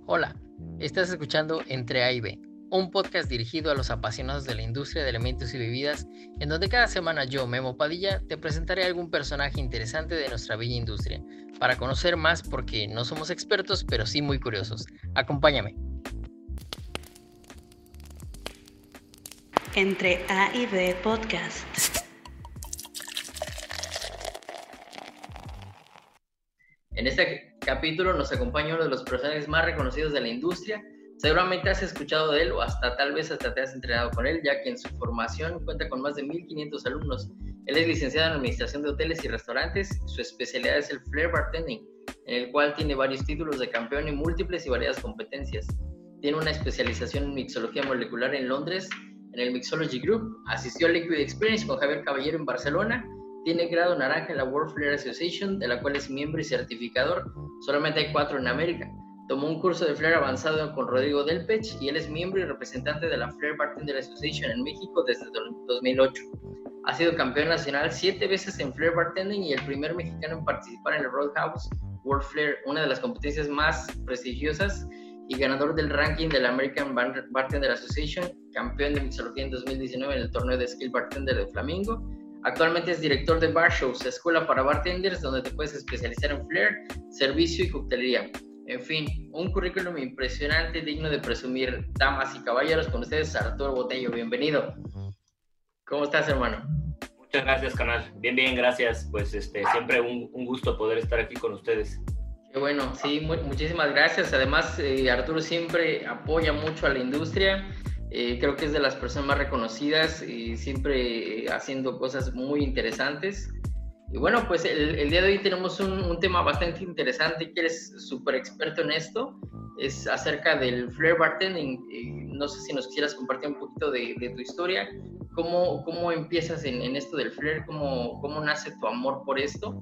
Hola, estás escuchando Entre A y B, un podcast dirigido a los apasionados de la industria de alimentos y bebidas, en donde cada semana yo, Memo Padilla, te presentaré algún personaje interesante de nuestra bella industria, para conocer más porque no somos expertos, pero sí muy curiosos. Acompáñame. Entre A y B Podcast. En este capítulo nos acompaña uno de los personajes más reconocidos de la industria. Seguramente has escuchado de él o tal vez te has entrenado con él, ya que en su formación cuenta con más de 1,500 alumnos. Él es licenciado en Administración de Hoteles y Restaurantes. Su especialidad es el Flair Bartending, en el cual tiene varios títulos de campeón y múltiples y variadas competencias. Tiene una especialización en mixología molecular en Londres, en el Mixology Group. Asistió al Liquid Experience con Javier Caballero en Barcelona. Tiene grado naranja en la World Flair Association, de la cual es miembro y certificador. Solamente hay 4 en América. Tomó un curso de Flair avanzado con Rodrigo Delpech y él es miembro y representante de la Flair Bartender Association en México desde 2008. Ha sido campeón nacional 7 veces en Flair Bartending y el primer mexicano en participar en el Roadhouse World Flair, una de las competencias más prestigiosas, y ganador del ranking de la American Bartender Association, campeón de mixología en 2019 en el torneo de Skill Bartender de Flamingo. Actualmente es director de Bar Shows, escuela para bartenders, donde te puedes especializar en flair, servicio y coctelería. En fin, un currículum impresionante, digno de presumir. Damas y caballeros, con ustedes Arturo Botello, bienvenido. ¿Cómo estás, hermano? Muchas gracias, canal. Bien, gracias. Pues siempre un gusto poder estar aquí con ustedes. Qué bueno, sí, muchísimas gracias. Además, Arturo siempre apoya mucho a la industria. Creo que es de las personas más reconocidas y siempre haciendo cosas muy interesantes. Y bueno, pues el día de hoy tenemos un tema bastante interesante, que eres súper experto en esto, es acerca del Flair Bartending. No sé si nos quisieras compartir un poquito de tu historia, cómo empiezas en esto del Flair, cómo nace tu amor por esto.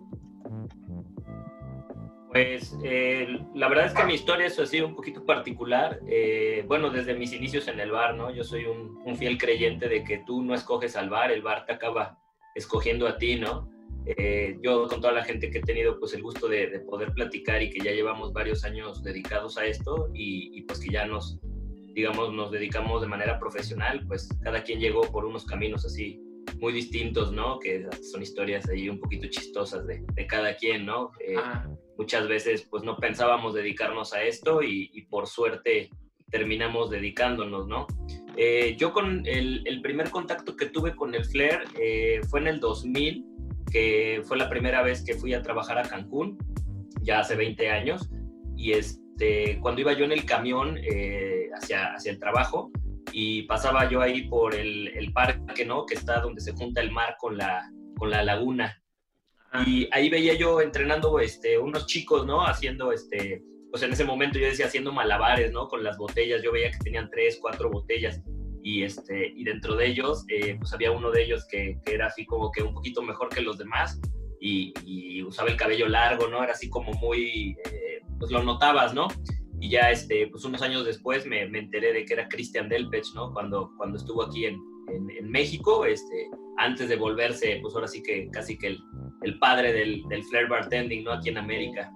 Pues la verdad es que mi historia es así un poquito particular. Bueno, desde mis inicios en el bar, ¿no? Yo soy un fiel creyente de que tú no escoges al bar, el bar te acaba escogiendo a ti, ¿no? Yo con toda la gente que he tenido pues el gusto de poder platicar y que ya llevamos varios años dedicados a esto y pues que ya nos dedicamos de manera profesional, pues cada quien llegó por unos caminos así muy distintos, ¿no? Que son historias ahí un poquito chistosas de cada quien, ¿no? Muchas veces pues no pensábamos dedicarnos a esto y por suerte terminamos dedicándonos, ¿no? Yo con el primer contacto que tuve con el Flair fue en el 2000, que fue la primera vez que fui a trabajar a Cancún, ya hace 20 años, y cuando iba yo en el camión hacia el trabajo, y pasaba yo ahí por el parque, ¿no? Que está donde se junta el mar con la laguna. Y ahí veía yo entrenando unos chicos, ¿no? Haciendo, pues en ese momento yo decía haciendo malabares, ¿no? Con las botellas. Yo veía que tenían 3, 4 botellas. Y dentro de ellos, pues había uno de ellos que era así como que un poquito mejor que los demás. Y usaba el cabello largo, ¿no? Era así como muy, pues lo notabas, ¿no? Y ya, pues unos años después me enteré de que era Christian Delpech, ¿no? Cuando estuvo aquí en México, antes de volverse, pues ahora sí que casi que el padre del Flair Bartending, ¿no? Aquí en América.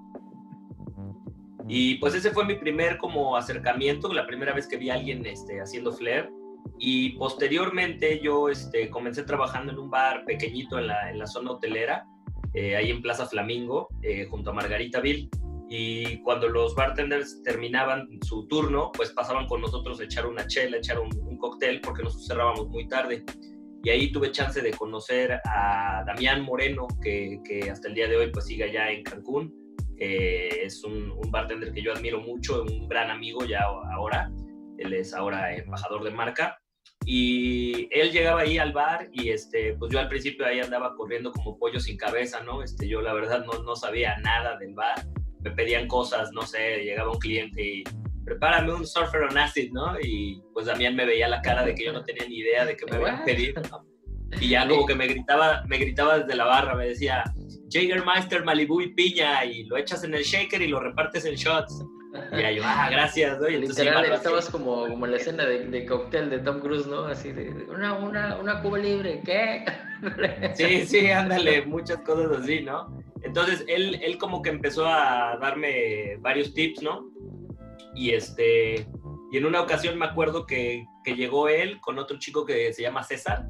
Y pues ese fue mi primer como acercamiento, la primera vez que vi a alguien haciendo Flair. Y posteriormente yo comencé trabajando en un bar pequeñito en la zona hotelera, ahí en Plaza Flamingo, junto a Margaritaville. Y cuando los bartenders terminaban su turno, pues pasaban con nosotros a echar una chela, echar un cóctel, porque nosotros cerrábamos muy tarde. Y ahí tuve chance de conocer a Damián Moreno, que hasta el día de hoy pues sigue allá en Cancún. Es un bartender que yo admiro mucho, un gran amigo ya ahora. Él es ahora embajador de marca. Y él llegaba ahí al bar y pues yo al principio ahí andaba corriendo como pollo sin cabeza, ¿no? Yo la verdad no sabía nada del bar. Me pedían cosas, no sé, llegaba un cliente y prepárame un Surfer on Acid, ¿no? Y pues Damián me veía la cara de que yo no tenía ni idea de qué me habían pedido, ¿no? Y ya como que me gritaba desde la barra, me decía Jägermeister, Malibu y piña, y lo echas en el shaker y lo repartes en shots. Y ya yo, gracias, ¿no? Y literal, estabas como en la escena de cóctel de Tom Cruise, ¿no? Así de una Cuba libre, ¿qué? Sí, ándale, muchas cosas así, ¿no? Entonces él como que empezó a darme varios tips, ¿no? Y en una ocasión me acuerdo que llegó él con otro chico que se llama César,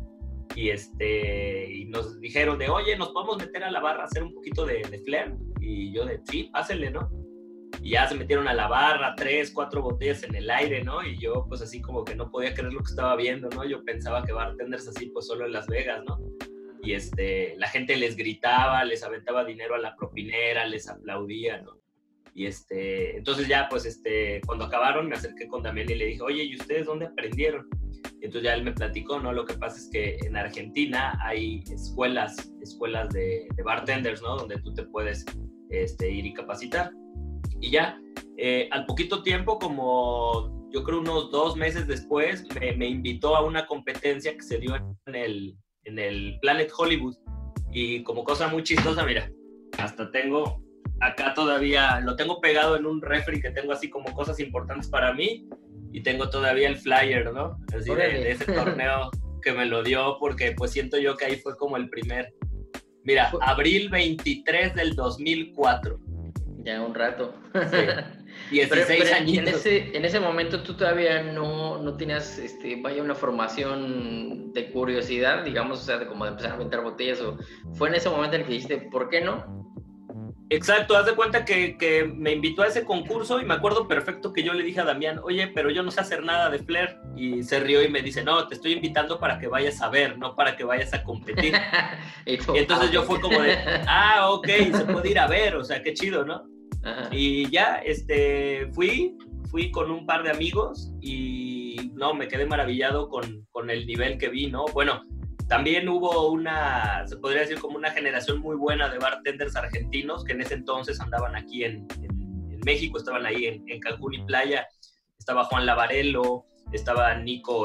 y nos dijeron de, oye, ¿nos podemos meter a la barra a hacer un poquito de flair? Y yo de, sí, pásenle, ¿no? Y ya se metieron a la barra, 3, 4 botellas en el aire, ¿no? Y yo, pues así como que no podía creer lo que estaba viendo, ¿no? Yo pensaba que bartenders así, pues solo en Las Vegas, ¿no? Y la gente les gritaba, les aventaba dinero a la propinera, les aplaudía, ¿no? Y entonces ya, pues cuando acabaron me acerqué con Damián y le dije, oye, ¿y ustedes dónde aprendieron? Y entonces ya él me platicó, ¿no? Lo que pasa es que en Argentina hay escuelas de bartenders, ¿no? Donde tú te puedes ir y capacitar. Y ya, al poquito tiempo, como yo creo unos 2 meses después, me invitó a una competencia que se dio en el Planet Hollywood. Y como cosa muy chistosa, mira, hasta tengo acá todavía, lo tengo pegado en un refri que tengo así como cosas importantes para mí, y tengo todavía el flyer, ¿no? Así de ese torneo que me lo dio, porque pues siento yo que ahí fue como el primer. Mira, abril 23 del 2004. Ya un rato. Sí. 16 añitos. En ese momento tú todavía no tenías, vaya, una formación de curiosidad, digamos, o sea, de como de empezar a aventar botellas, o fue en ese momento en el que dijiste, ¿por qué no? Exacto, haz de cuenta que me invitó a ese concurso y me acuerdo perfecto que yo le dije a Damián, oye, pero yo no sé hacer nada de flair, y se rió y me dice, no, te estoy invitando para que vayas a ver, no para que vayas a competir. Y entonces yo fue como de, ok, se puede ir a ver, o sea, qué chido, ¿no? Ajá. Y ya, fui con un par de amigos y no, me quedé maravillado con el nivel que vi, ¿no? Bueno, también hubo se podría decir como una generación muy buena de bartenders argentinos que en ese entonces andaban aquí en México, estaban ahí en Cancún y Playa. Estaba Juan Lavarello, estaba Nico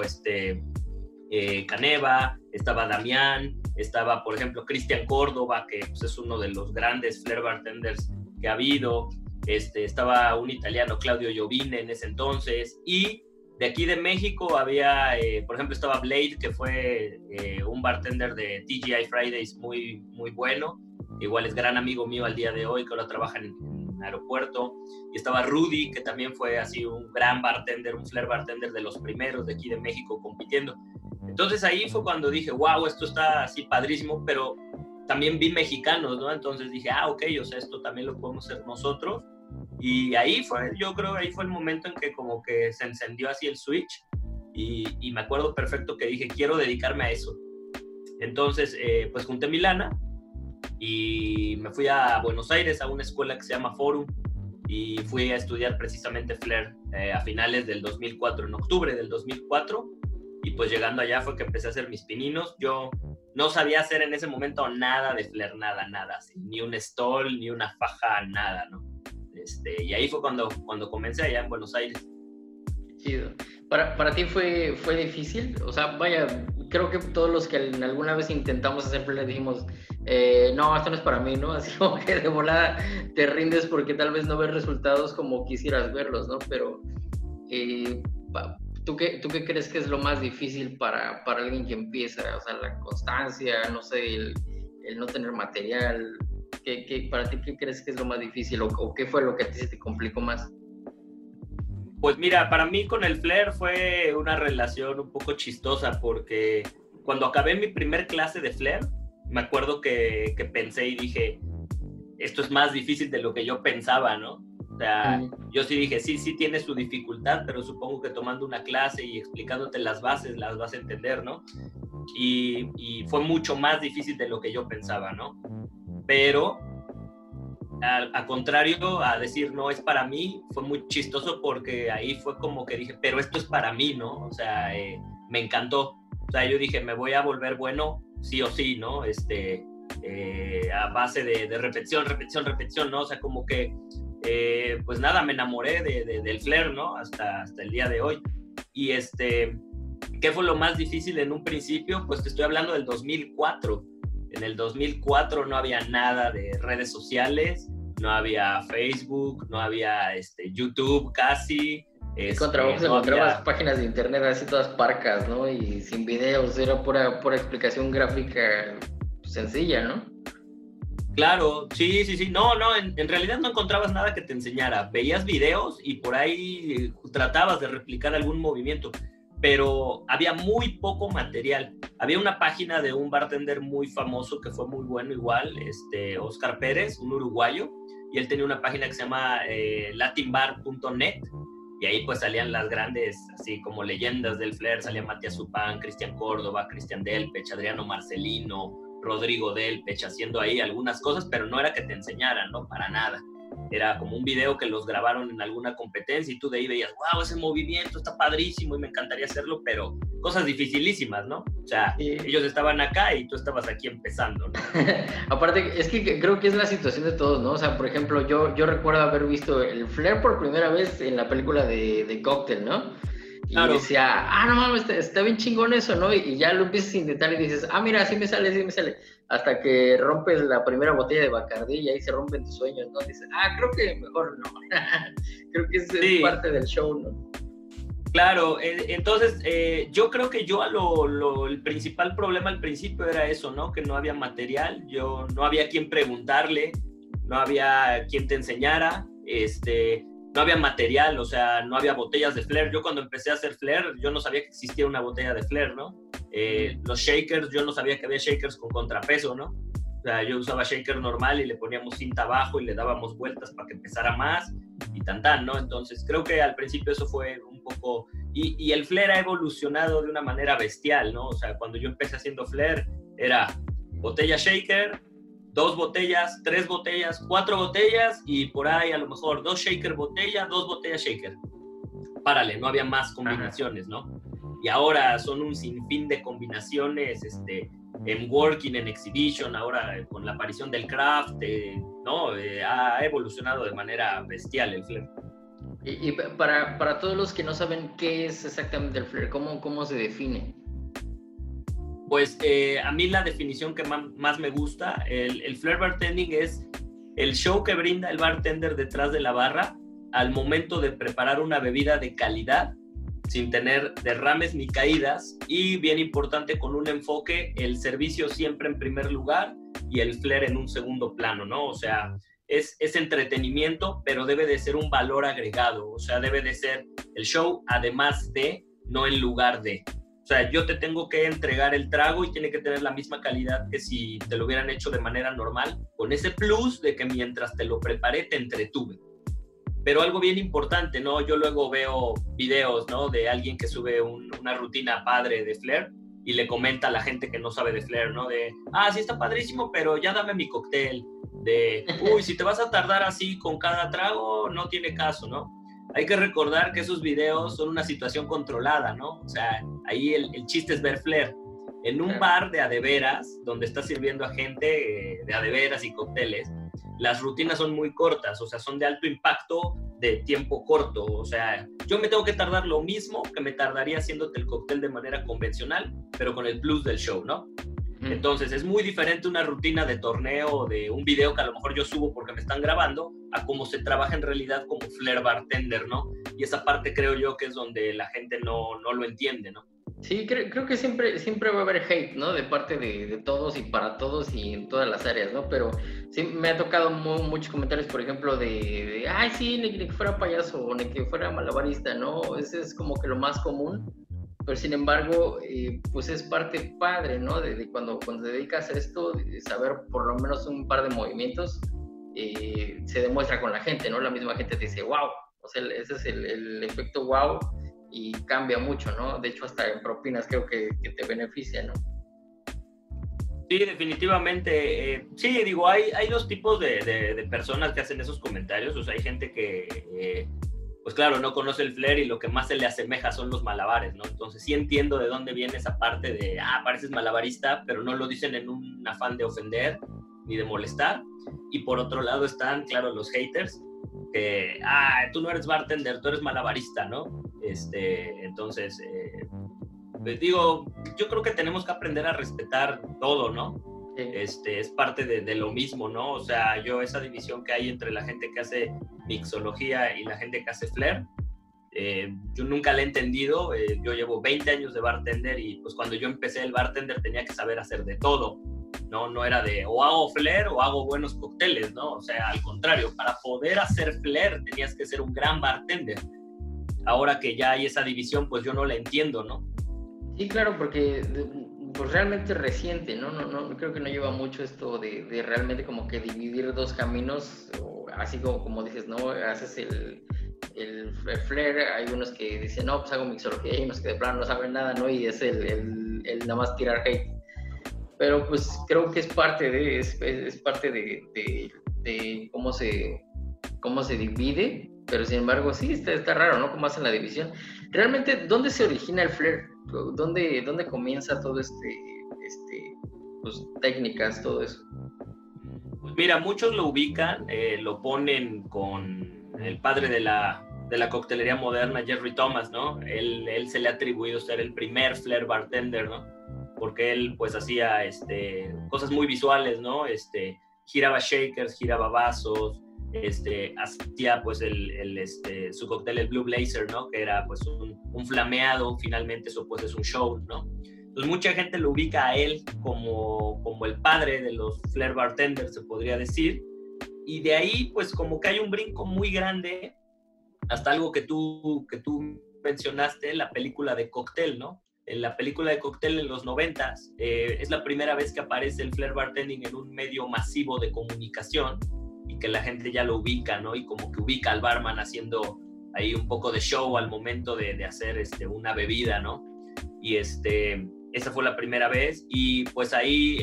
Caneva, estaba Damián, estaba, por ejemplo, Cristian Córdoba, que pues, es uno de los grandes flair bartenders que ha habido. Estaba un italiano, Claudio Giovine, en ese entonces, y de aquí de México había, por ejemplo, estaba Blade, que fue un bartender de TGI Fridays muy, muy bueno. Igual es gran amigo mío al día de hoy, que ahora trabaja en aeropuerto. Y estaba Rudy, que también fue así un gran bartender, un flair bartender de los primeros de aquí de México compitiendo. Entonces ahí fue cuando dije, wow, esto está así padrísimo, pero también vi mexicanos, ¿no? Entonces dije, ok, o sea, esto también lo podemos hacer nosotros. Y ahí fue, yo creo, ahí fue el momento en que como que se encendió así el switch, y me acuerdo perfecto que dije, quiero dedicarme a eso. Entonces, pues junté mi lana y me fui a Buenos Aires a una escuela que se llama Forum, y fui a estudiar precisamente flair a finales del 2004, en octubre del 2004, y pues llegando allá fue que empecé a hacer mis pininos. Yo no sabía hacer en ese momento nada de flair, nada, así, ni un stall, ni una faja, nada, ¿no? Y ahí fue cuando comencé allá en Buenos Aires. Chido. ¿Para ti fue difícil? O sea, vaya, creo que todos los que alguna vez intentamos hacer flair dijimos, no, esto no es para mí, ¿no? Así como que de volada te rindes porque tal vez no ves resultados como quisieras verlos, ¿no? Pero, ¿tú qué crees que es lo más difícil para alguien que empieza? O sea, la constancia, no sé, el no tener material. ¿Para ti qué crees que es lo más difícil, o qué fue lo que a ti se te complicó más? Pues mira, para mí con el flair fue una relación un poco chistosa, porque cuando acabé mi primer clase de flair, me acuerdo que pensé y dije, esto es más difícil de lo que yo pensaba, ¿no? O sea, yo sí dije, sí tiene su dificultad, pero supongo que tomando una clase y explicándote las bases, las vas a entender, ¿no? Y fue mucho más difícil de lo que yo pensaba, ¿no? Pero al contrario, a decir no es para mí, fue muy chistoso, porque ahí fue como que dije, pero esto es para mí, ¿no? O sea, me encantó. O sea, yo dije, me voy a volver bueno sí o sí, ¿no? A base de repetición, ¿no? O sea, como que, pues nada, me enamoré del flair, ¿no? Hasta el día de hoy. Y ¿qué fue lo más difícil en un principio? Pues te estoy hablando del 2004. En el 2004 no había nada de redes sociales, no había Facebook, no había YouTube casi. Encontrabas páginas de internet así todas parcas, ¿no? Y sin videos, era pura explicación gráfica sencilla, ¿no? Claro, sí. No, en realidad no encontrabas nada que te enseñara. Veías videos y por ahí tratabas de replicar algún movimiento, pero había muy poco material. Había una página de un bartender muy famoso que fue muy bueno igual, Oscar Pérez, un uruguayo, y él tenía una página que se llama latinbar.net, y ahí pues salían las grandes, así como leyendas del flair, salía Matías Zupán, Cristian Córdoba, Cristian Delpech, Adriano Marcelino, Rodrigo Delpech, haciendo ahí algunas cosas, pero no era que te enseñaran, ¿no? Para nada. Era como un video que los grabaron en alguna competencia y tú de ahí veías, wow, ese movimiento está padrísimo y me encantaría hacerlo, pero cosas dificilísimas, ¿no? O sea, sí. Ellos estaban acá y tú estabas aquí empezando, ¿no? Aparte, es que creo que es la situación de todos, ¿no? O sea, por ejemplo, yo recuerdo haber visto el flair por primera vez en la película de Cocktail, ¿no? Y claro. Decía, no mames, está bien chingón eso, ¿no? Y ya lo empiezas a intentar y dices, mira, sí me sale. Hasta que rompes la primera botella de Bacardí y ahí se rompen tus sueños, ¿no? Dices, creo que mejor no. Creo que es parte del show, ¿no? Claro, entonces yo creo que el principal problema al principio era eso, ¿no? Que no había material, no había quien preguntarle, no había quien te enseñara, no había material, o sea, no había botellas de flair. Yo cuando empecé a hacer flair, yo no sabía que existía una botella de flair, ¿no? Los shakers, yo no sabía que había shakers con contrapeso, ¿no? O sea, yo usaba shaker normal y le poníamos cinta abajo y le dábamos vueltas para que pesara más y tan, ¿no? Entonces, creo que al principio eso fue un poco... Y el flair ha evolucionado de una manera bestial, ¿no? O sea, cuando yo empecé haciendo flair, era botella shaker, 2 botellas, 3 botellas, 4 botellas y por ahí a lo mejor 2 shaker botella, 2 botellas shaker. Párale, no había más combinaciones, ¿no? Y ahora son un sinfín de combinaciones, en working, en exhibition, ahora con la aparición del craft, ¿no? Ha evolucionado de manera bestial el flair. Y para todos los que no saben qué es exactamente el flair, ¿cómo se define? Pues a mí la definición que más me gusta, el flair bartending es el show que brinda el bartender detrás de la barra al momento de preparar una bebida de calidad sin tener derrames ni caídas y, bien importante, con un enfoque, el servicio siempre en primer lugar y el flair en un segundo plano, ¿no? O sea, es entretenimiento, pero debe de ser un valor agregado, o sea, debe de ser el show además de, no en lugar de. O sea, yo te tengo que entregar el trago y tiene que tener la misma calidad que si te lo hubieran hecho de manera normal, con ese plus de que mientras te lo preparé te entretuve. Pero algo bien importante, ¿no? Yo luego veo videos, ¿no? De alguien que sube una rutina padre de flair y le comenta a la gente que no sabe de flair, ¿no? De, sí está padrísimo, pero ya dame mi cóctel. De, si te vas a tardar así con cada trago, no tiene caso, ¿no? Hay que recordar que esos videos son una situación controlada, ¿no? O sea, ahí el chiste es ver flair. En un bar de adeveras, donde estás sirviendo a gente de adeveras y cócteles, las rutinas son muy cortas, o sea, son de alto impacto, de tiempo corto. O sea, yo me tengo que tardar lo mismo que me tardaría haciéndote el cóctel de manera convencional, pero con el plus del show, ¿no? Entonces, es muy diferente una rutina de torneo, de un video que a lo mejor yo subo porque me están grabando, a cómo se trabaja en realidad como flair bartender, ¿no? Y esa parte creo yo que es donde la gente no lo entiende, ¿no? Sí, creo que siempre va a haber hate, ¿no? De parte de todos y para todos y en todas las áreas, ¿no? Pero sí me ha tocado muchos comentarios, por ejemplo, de sí, ni que fuera payaso o ni que fuera malabarista, ¿no? Ese es como que lo más común. Pero sin embargo, pues es parte padre, ¿no? De cuando te dedicas a esto, de saber por lo menos un par de movimientos, se demuestra con la gente, ¿no? La misma gente te dice, wow, o sea, ese es el efecto wow y cambia mucho, ¿no? De hecho, hasta en propinas creo que te beneficia, ¿no? Sí, definitivamente. Sí, digo, hay 2 tipos de personas que hacen esos comentarios. O sea, hay gente que... pues claro, no conoce el flair y lo que más se le asemeja son los malabares, ¿no? Entonces sí entiendo de dónde viene esa parte de, pareces malabarista, pero no lo dicen en un afán de ofender ni de molestar. Y por otro lado están, claro, los haters, que, tú no eres bartender, tú eres malabarista, ¿no? Entonces, pues digo, yo creo que tenemos que aprender a respetar todo, ¿no? Sí. Es parte de lo mismo, ¿no? O sea, esa división que hay entre la gente que hace mixología y la gente que hace flair, yo nunca la he entendido. Yo llevo 20 años de bartender y pues cuando yo empecé el bartender tenía que saber hacer de todo, no era de o hago flair o hago buenos cócteles, ¿no? O sea, al contrario, para poder hacer flair tenías que ser un gran bartender. Ahora que ya hay esa división, pues yo no la entiendo, ¿no? Sí, claro, porque pues realmente reciente, ¿no? No, creo que no lleva mucho esto de realmente como que dividir dos caminos, o así como dices, ¿no? Haces el flair, hay unos que dicen, no, pues hago mixología, hay unos que de plano no saben nada, ¿no? Y es el nada más tirar hate. Pero pues creo que es parte de cómo se divide, pero sin embargo sí, está raro, ¿no? Cómo hacen la división. Realmente, ¿dónde se origina el flair? ¿Dónde comienza todo pues técnicas, todo eso? Pues mira, muchos lo ubican, lo ponen con el padre de la coctelería moderna, Jerry Thomas, ¿no? Él se le ha atribuido ser el primer flair bartender, ¿no? Porque él pues hacía cosas muy visuales, ¿no? Giraba shakers, giraba vasos, hacía pues su cóctel, el Blue Blazer, ¿no? Que era pues un flameado, finalmente eso pues es un show, ¿no? Entonces mucha gente lo ubica a él como el padre de los flair bartenders, se podría decir, y de ahí pues como que hay un brinco muy grande hasta algo que tú mencionaste, la película de Cóctel, ¿no? En la película de Cóctel en los 90s, es la primera vez que aparece el flair bartending en un medio masivo de comunicación y que la gente ya lo ubica, ¿no? Y como que ubica al barman haciendo ahí un poco de show al momento de hacer una bebida, ¿no? Y esa fue la primera vez y pues ahí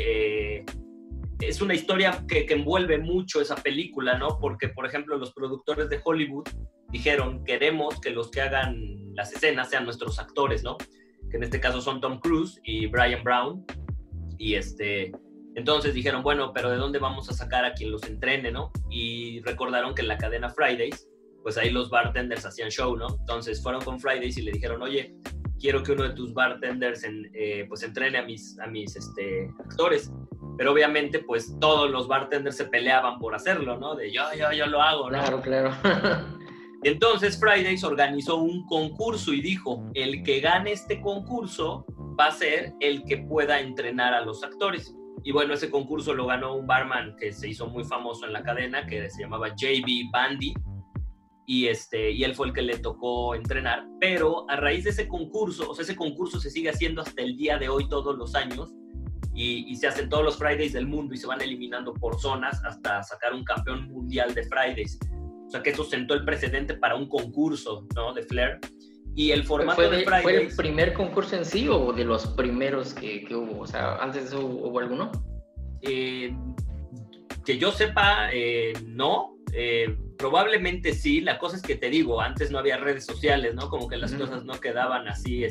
es una historia que envuelve mucho esa película, ¿no? Porque, por ejemplo, los productores de Hollywood dijeron, queremos que los que hagan las escenas sean nuestros actores, ¿no? Que en este caso son Tom Cruise y Bryan Brown. Y entonces dijeron, bueno, pero ¿de dónde vamos a sacar a quien los entrene, no? Y recordaron que en la cadena Fridays, pues ahí los bartenders hacían show, ¿no? Entonces fueron con Fridays y le dijeron, oye, quiero que uno de tus bartenders pues entrene a mis actores. Pero obviamente, pues todos los bartenders se peleaban por hacerlo, ¿no? De yo lo hago, ¿no? Claro. Entonces Fridays organizó un concurso y dijo, el que gane este concurso va a ser el que pueda entrenar a los actores. Y bueno, ese concurso lo ganó un barman que se hizo muy famoso en la cadena, que se llamaba J.B. Bandy, y él fue el que le tocó entrenar. Pero a raíz de ese concurso, o sea, ese concurso se sigue haciendo hasta el día de hoy todos los años, y se hacen todos los Fridays del mundo y se van eliminando por zonas hasta sacar un campeón mundial de Fridays. O sea, que eso sentó el precedente para un concurso, ¿no? De flair. Y el formato de Fridays... ¿Fue el primer concurso en sí o de los primeros que hubo? O sea, ¿antes de eso hubo alguno? Que yo sepa, no. Probablemente sí. La cosa es que te digo, antes no había redes sociales, ¿no? Como que las cosas no quedaban así,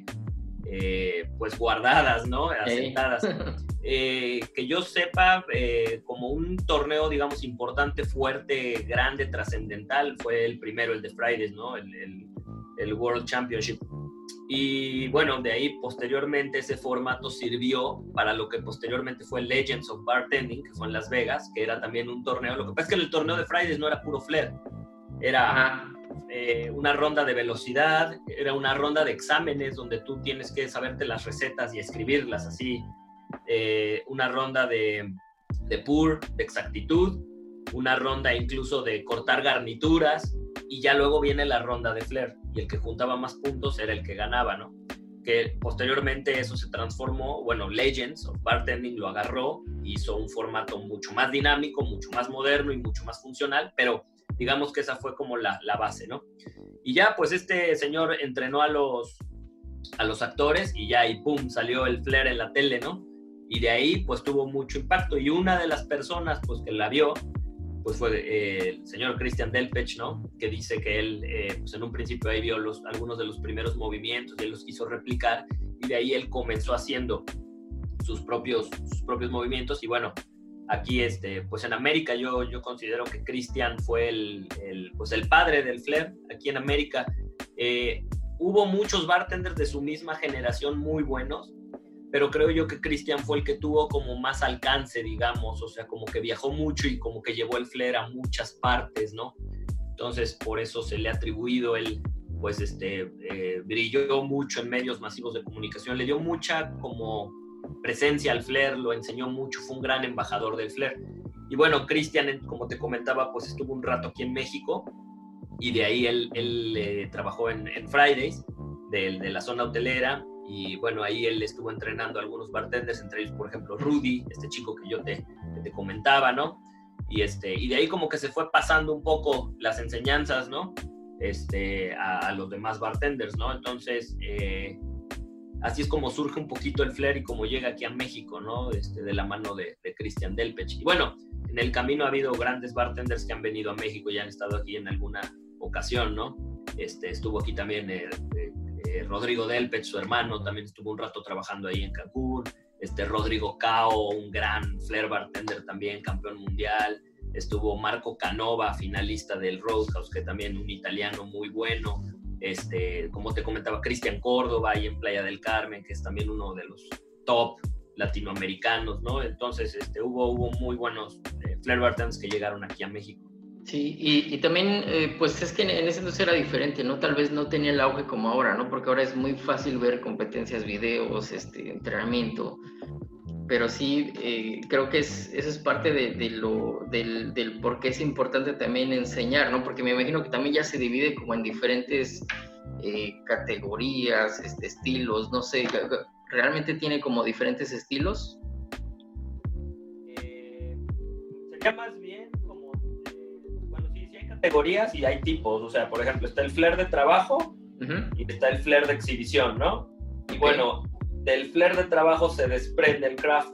pues guardadas, ¿no? Asentadas. Que yo sepa, como un torneo, digamos, importante, fuerte, grande, trascendental, fue el primero, el de Fridays, ¿no? El World Championship. Y bueno, de ahí posteriormente ese formato sirvió para lo que posteriormente fue Legends of Bartending, que fue en Las Vegas, que era también un torneo. Lo que pasa es que el torneo de Fridays no era puro flair, era una ronda de velocidad, era una ronda de exámenes donde tú tienes que saberte las recetas y escribirlas así, una ronda de pour, de exactitud, una ronda incluso de cortar garnituras, y ya luego viene la ronda de flair, y el que juntaba más puntos era el que ganaba, ¿no? Que posteriormente eso se transformó, bueno, Legends of Bartending lo agarró, hizo un formato mucho más dinámico, mucho más moderno y mucho más funcional, pero digamos que esa fue como la base, ¿no? Y ya, pues este señor entrenó a los actores y ya, y pum, salió el flair en la tele, ¿no? Y de ahí, pues tuvo mucho impacto. Y una de las personas, pues, que la vio, pues fue el señor Christian Delpech, ¿no? Que dice que él, pues en un principio ahí vio algunos de los primeros movimientos y él los quiso replicar, y de ahí él comenzó haciendo sus propios movimientos. Y bueno, aquí, pues en América yo considero que Christian fue pues el padre del flair aquí en América. Hubo muchos bartenders de su misma generación muy buenos, pero creo yo que Christian fue el que tuvo como más alcance, digamos, o sea, como que viajó mucho y como que llevó el flair a muchas partes, ¿no? Entonces, por eso se le ha atribuido él, pues, brilló mucho en medios masivos de comunicación, le dio mucha como presencia al flair, lo enseñó mucho, fue un gran embajador del flair. Y bueno, Cristian, como te comentaba, pues estuvo un rato aquí en México y de ahí él trabajó en Fridays, de la zona hotelera, y bueno, ahí él estuvo entrenando a algunos bartenders, entre ellos, por ejemplo, Rudy, este chico que yo te comentaba, ¿no? Y de ahí como que se fue pasando un poco las enseñanzas, ¿no? A los demás bartenders, ¿no? Entonces, así es como surge un poquito el flair y como llega aquí a México, ¿no? De la mano de Cristian Delpech. Y bueno, en el camino ha habido grandes bartenders que han venido a México y han estado aquí en alguna ocasión, ¿no? Estuvo aquí también Rodrigo Delpech, su hermano, también estuvo un rato trabajando ahí en Cancún. Rodrigo Cao, un gran flair bartender también, campeón mundial. Estuvo Marco Canova, finalista del Roadhouse, que también un italiano muy bueno. Como te comentaba, Cristian Córdoba ahí en Playa del Carmen, que es también uno de los top latinoamericanos, ¿no? Entonces hubo muy buenos flair bartenders que llegaron aquí a México. Sí, y también, pues es que en ese entonces era diferente, ¿no? Tal vez no tenía el auge como ahora, ¿no? Porque ahora es muy fácil ver competencias, videos, entrenamiento, pero sí, creo que eso es parte del por qué es importante también enseñar, ¿no? Porque me imagino que también ya se divide como en diferentes categorías, estilos, no sé, ¿realmente tiene como diferentes estilos? Sería más bien como, bueno, sí hay categorías y hay tipos, o sea, por ejemplo, está el flair de trabajo y está el flair de exhibición, ¿no? Y bueno, del flair de trabajo se desprende el craft.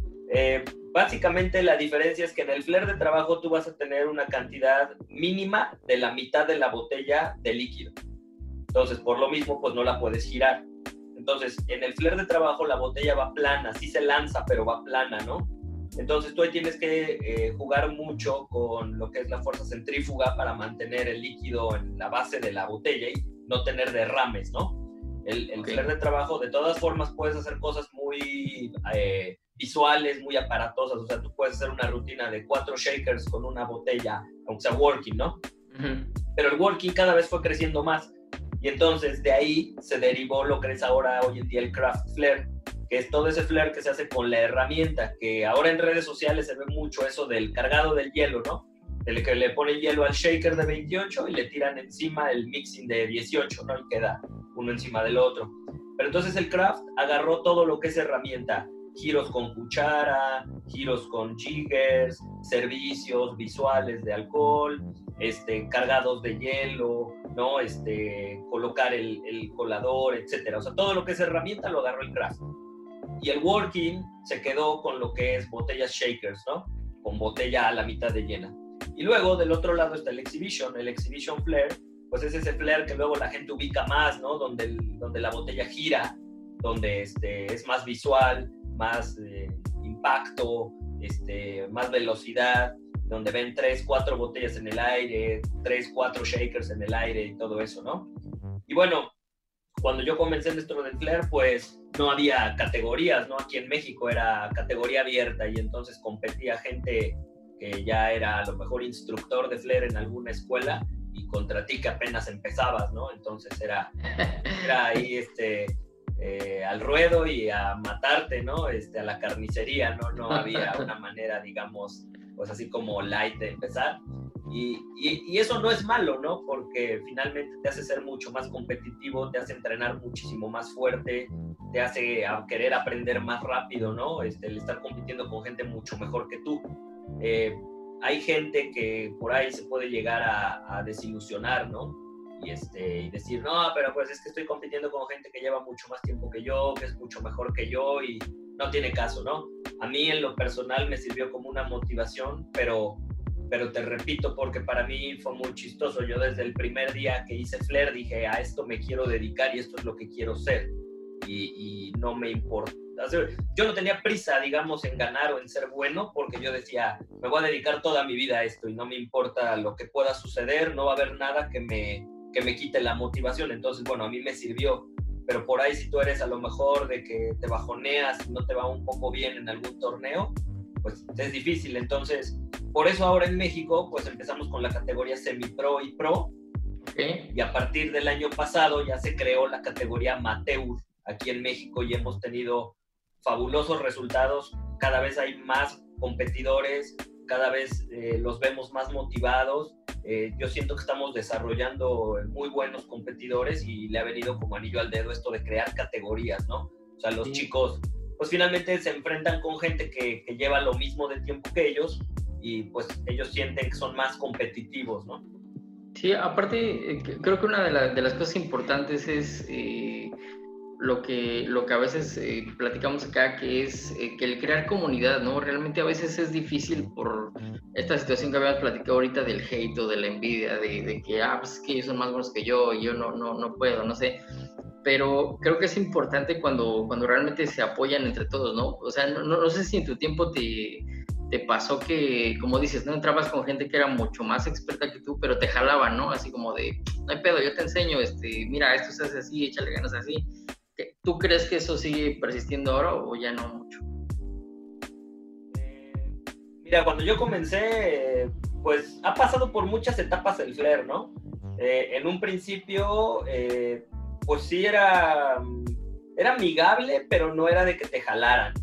Básicamente la diferencia es que en el flair de trabajo tú vas a tener una cantidad mínima de la mitad de la botella de líquido. Entonces, por lo mismo, pues no la puedes girar. Entonces, en el flair de trabajo la botella va plana, sí se lanza, pero va plana, ¿no? Entonces tú ahí tienes que jugar mucho con lo que es la fuerza centrífuga para mantener el líquido en la base de la botella y no tener derrames, ¿no? El flair de trabajo, de todas formas, puedes hacer cosas muy visuales, muy aparatosas. O sea, tú puedes hacer una rutina de 4 shakers con una botella, aunque sea working, ¿no? Pero el working cada vez fue creciendo más. Y entonces de ahí se derivó lo que es ahora hoy en día el craft flair, que es todo ese flair que se hace con la herramienta, que ahora en redes sociales se ve mucho eso del cargado del hielo, ¿no? El que le pone hielo al shaker de 28 y le tiran encima el mixing de 18, ¿no? Y queda uno encima del otro. Pero entonces el craft agarró todo lo que es herramienta, giros con cuchara, giros con jiggers, servicios visuales de alcohol, cargados de hielo, ¿no? Colocar el colador, etcétera. O sea, todo lo que es herramienta lo agarró el craft. Y el working se quedó con lo que es botellas shakers, ¿no? Con botella a la mitad de llena. Y luego del otro lado está el exhibition flair, pues es ese flair que luego la gente ubica más, ¿no? Donde la botella gira, donde es más visual, más impacto, más velocidad, donde ven 3, 4 botellas en el aire, 3, 4 shakers en el aire y todo eso, ¿no? Y bueno, cuando yo comencé en esto del flair, pues no había categorías, ¿no? Aquí en México era categoría abierta y entonces competía gente que ya era a lo mejor instructor de flair en alguna escuela y contra ti que apenas empezabas, ¿no? Entonces era ahí al ruedo y a matarte, ¿no? A la carnicería, ¿no? No había una manera, digamos, pues así como light de empezar. Y eso no es malo, ¿no? Porque finalmente te hace ser mucho más competitivo, te hace entrenar muchísimo más fuerte, te hace querer aprender más rápido, ¿no? El estar compitiendo con gente mucho mejor que tú. Hay gente que por ahí se puede llegar a desilusionar, ¿no? Y decir, no, pero pues es que estoy compitiendo con gente que lleva mucho más tiempo que yo, que es mucho mejor que yo y no tiene caso, ¿no? A mí en lo personal me sirvió como una motivación, pero te repito, porque para mí fue muy chistoso. Yo desde el primer día que hice flair dije, a esto me quiero dedicar y esto es lo que quiero ser. Y no me importa. Yo no tenía prisa, digamos, en ganar o en ser bueno, porque yo decía, me voy a dedicar toda mi vida a esto y no me importa lo que pueda suceder, no va a haber nada que me quite la motivación. Entonces, bueno, a mí me sirvió. Pero por ahí si tú eres a lo mejor de que te bajoneas y no te va un poco bien en algún torneo, pues es difícil. Entonces, por eso ahora en México, pues empezamos con la categoría semi-pro y pro. Okay. Y a partir del año pasado ya se creó la categoría amateur aquí en México y hemos tenido fabulosos resultados, cada vez hay más competidores, cada vez los vemos más motivados. Yo siento que estamos desarrollando muy buenos competidores y le ha venido como anillo al dedo esto de crear categorías, ¿no? O sea, los chicos, pues finalmente se enfrentan con gente que lleva lo mismo de tiempo que ellos y pues ellos sienten que son más competitivos, ¿no? Sí, aparte, creo que una de las cosas importantes es lo que a veces platicamos acá, que es que el crear comunidad, ¿no? Realmente a veces es difícil por esta situación que habíamos platicado ahorita del hate o de la envidia, de que, pues que ellos son más buenos que yo y yo no puedo, no sé. Pero creo que es importante cuando realmente se apoyan entre todos, ¿no? O sea, no sé si en tu tiempo te pasó que, como dices, no entrabas con gente que era mucho más experta que tú, pero te jalaban, ¿no? Así como de, no hay pedo, yo te enseño, mira, esto se hace así, échale ganas así. ¿Tú crees que eso sigue persistiendo ahora o ya no mucho? Mira, cuando yo comencé, pues ha pasado por muchas etapas el flair, ¿no? En un principio, pues sí era amigable, pero no era de que te jalaran.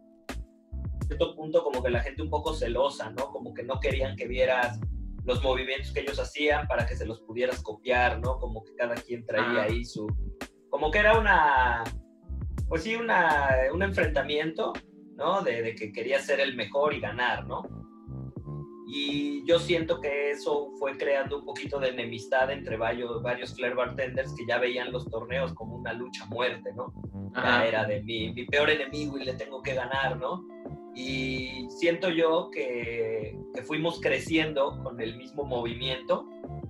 A cierto punto como que la gente un poco celosa, ¿no? Como que no querían que vieras los movimientos que ellos hacían para que se los pudieras copiar, ¿no? Como que cada quien traía ahí su... Como que era pues sí, un enfrentamiento, ¿no? De que quería ser el mejor y ganar, ¿no? Y yo siento que eso fue creando un poquito de enemistad entre varios flair bartenders que ya veían los torneos como una lucha a muerte, ¿no? Ya era de mi peor enemigo y le tengo que ganar, ¿no? Y siento yo que fuimos creciendo con el mismo movimiento,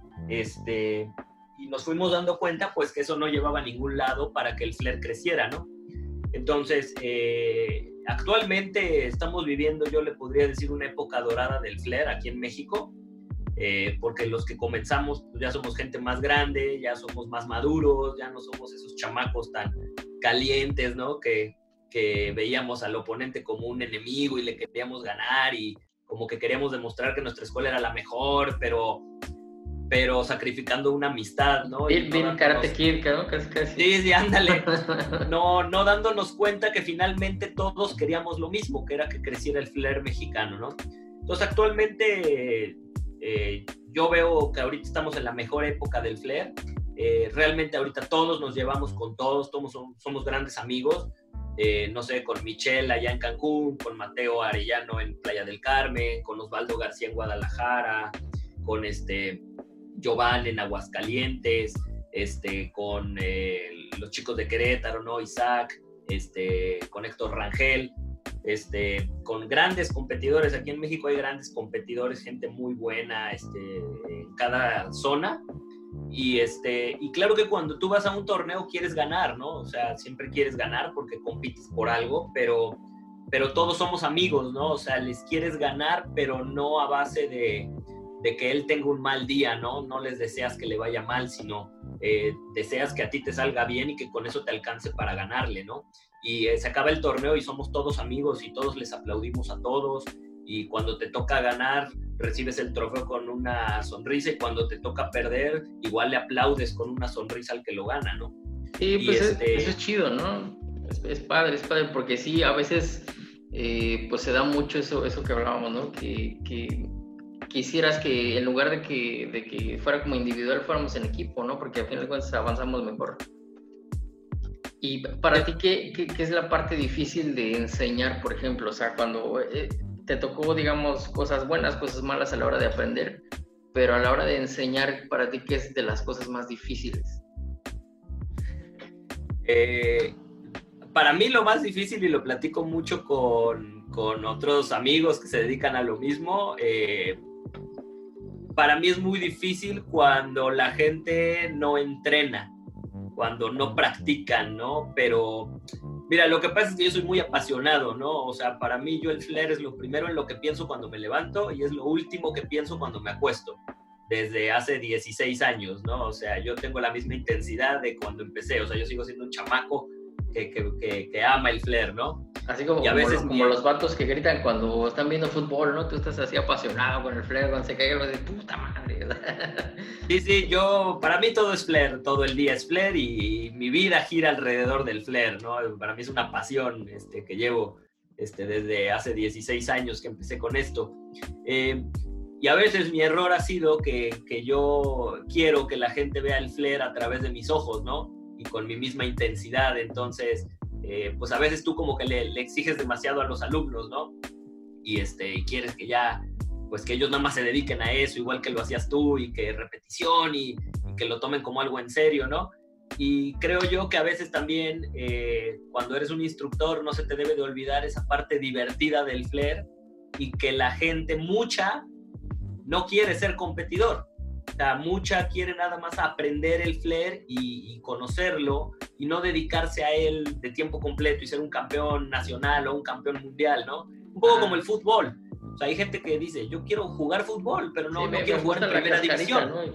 y nos fuimos dando cuenta pues que eso no llevaba a ningún lado para que el flair creciera, ¿no? Entonces, actualmente estamos viviendo, yo le podría decir, una época dorada del flair aquí en México, porque los que comenzamos pues ya somos gente más grande, ya somos más maduros, ya no somos esos chamacos tan calientes, ¿no? Que veíamos al oponente como un enemigo y le queríamos ganar y como que queríamos demostrar que nuestra escuela era la mejor, pero sacrificando una amistad, ¿no? Bien Karate Kid, ¿no? Casi. Sí, ándale. No dándonos cuenta que finalmente todos queríamos lo mismo, que era que creciera el flair mexicano, ¿no? Entonces, actualmente yo veo que ahorita estamos en la mejor época del flair. Realmente ahorita todos nos llevamos con todos somos grandes amigos. No sé, con Michelle allá en Cancún, con Mateo Arellano en Playa del Carmen, con Osvaldo García en Guadalajara, con Giovanni en Aguascalientes, con los chicos de Querétaro, ¿no? Isaac, con Héctor Rangel, con grandes competidores. Aquí en México hay grandes competidores, gente muy buena en cada zona. Y claro que cuando tú vas a un torneo quieres ganar, ¿no? O sea, siempre quieres ganar porque compites por algo, pero todos somos amigos, ¿no? O sea, les quieres ganar, pero no a base de que él tenga un mal día, ¿no? No les deseas que le vaya mal, sino deseas que a ti te salga bien y que con eso te alcance para ganarle, ¿no? Y se acaba el torneo y somos todos amigos y todos les aplaudimos a todos, y cuando te toca ganar recibes el trofeo con una sonrisa, y cuando te toca perder igual le aplaudes con una sonrisa al que lo gana, ¿no? Sí, pues eso es chido, ¿no? Es padre, porque sí, a veces pues se da mucho eso que hablábamos, ¿no? Que quisieras que en lugar de que fuera como individual fuéramos en equipo, ¿no? Porque al final de cuentas avanzamos mejor. Y para ti, ¿qué es la parte difícil de enseñar, por ejemplo? O sea, cuando te tocó, digamos, cosas buenas, cosas malas a la hora de aprender, pero a la hora de enseñar, para ti, ¿qué es de las cosas más difíciles? Para mí lo más difícil, y lo platico mucho con otros amigos que se dedican a lo mismo, para mí es muy difícil cuando la gente no entrena, cuando no practican, ¿no? Pero mira, lo que pasa es que yo soy muy apasionado, ¿no? O sea, para mí el flair es lo primero en lo que pienso cuando me levanto y es lo último que pienso cuando me acuesto, desde hace 16 años, ¿no? O sea, yo tengo la misma intensidad de cuando empecé, o sea, yo sigo siendo un chamaco que ama el flair, ¿no? Así como, y a veces como los vatos que gritan cuando están viendo fútbol, ¿no? Tú estás así apasionado con el flair, cuando se cae algo de puta madre. Sí, para mí todo es flair, todo el día es flair y mi vida gira alrededor del flair, ¿no? Para mí es una pasión que llevo desde hace 16 años que empecé con esto. Y a veces mi error ha sido que yo quiero que la gente vea el flair a través de mis ojos, ¿no? Y con mi misma intensidad, entonces, pues a veces tú como que le exiges demasiado a los alumnos, ¿no? Y quieres que ya, pues que ellos nada más se dediquen a eso, igual que lo hacías tú, y que repetición, y que lo tomen como algo en serio, ¿no? Y creo yo que a veces también, cuando eres un instructor, no se te debe de olvidar esa parte divertida del flair, y que la gente, mucha, no quiere ser competidor. O sea, mucha quiere nada más aprender el flair y conocerlo y no dedicarse a él de tiempo completo y ser un campeón nacional o un campeón mundial, ¿no? Un poco como el fútbol. O sea, hay gente que dice, yo quiero jugar fútbol, pero no quiero jugar en primera división. ¿No?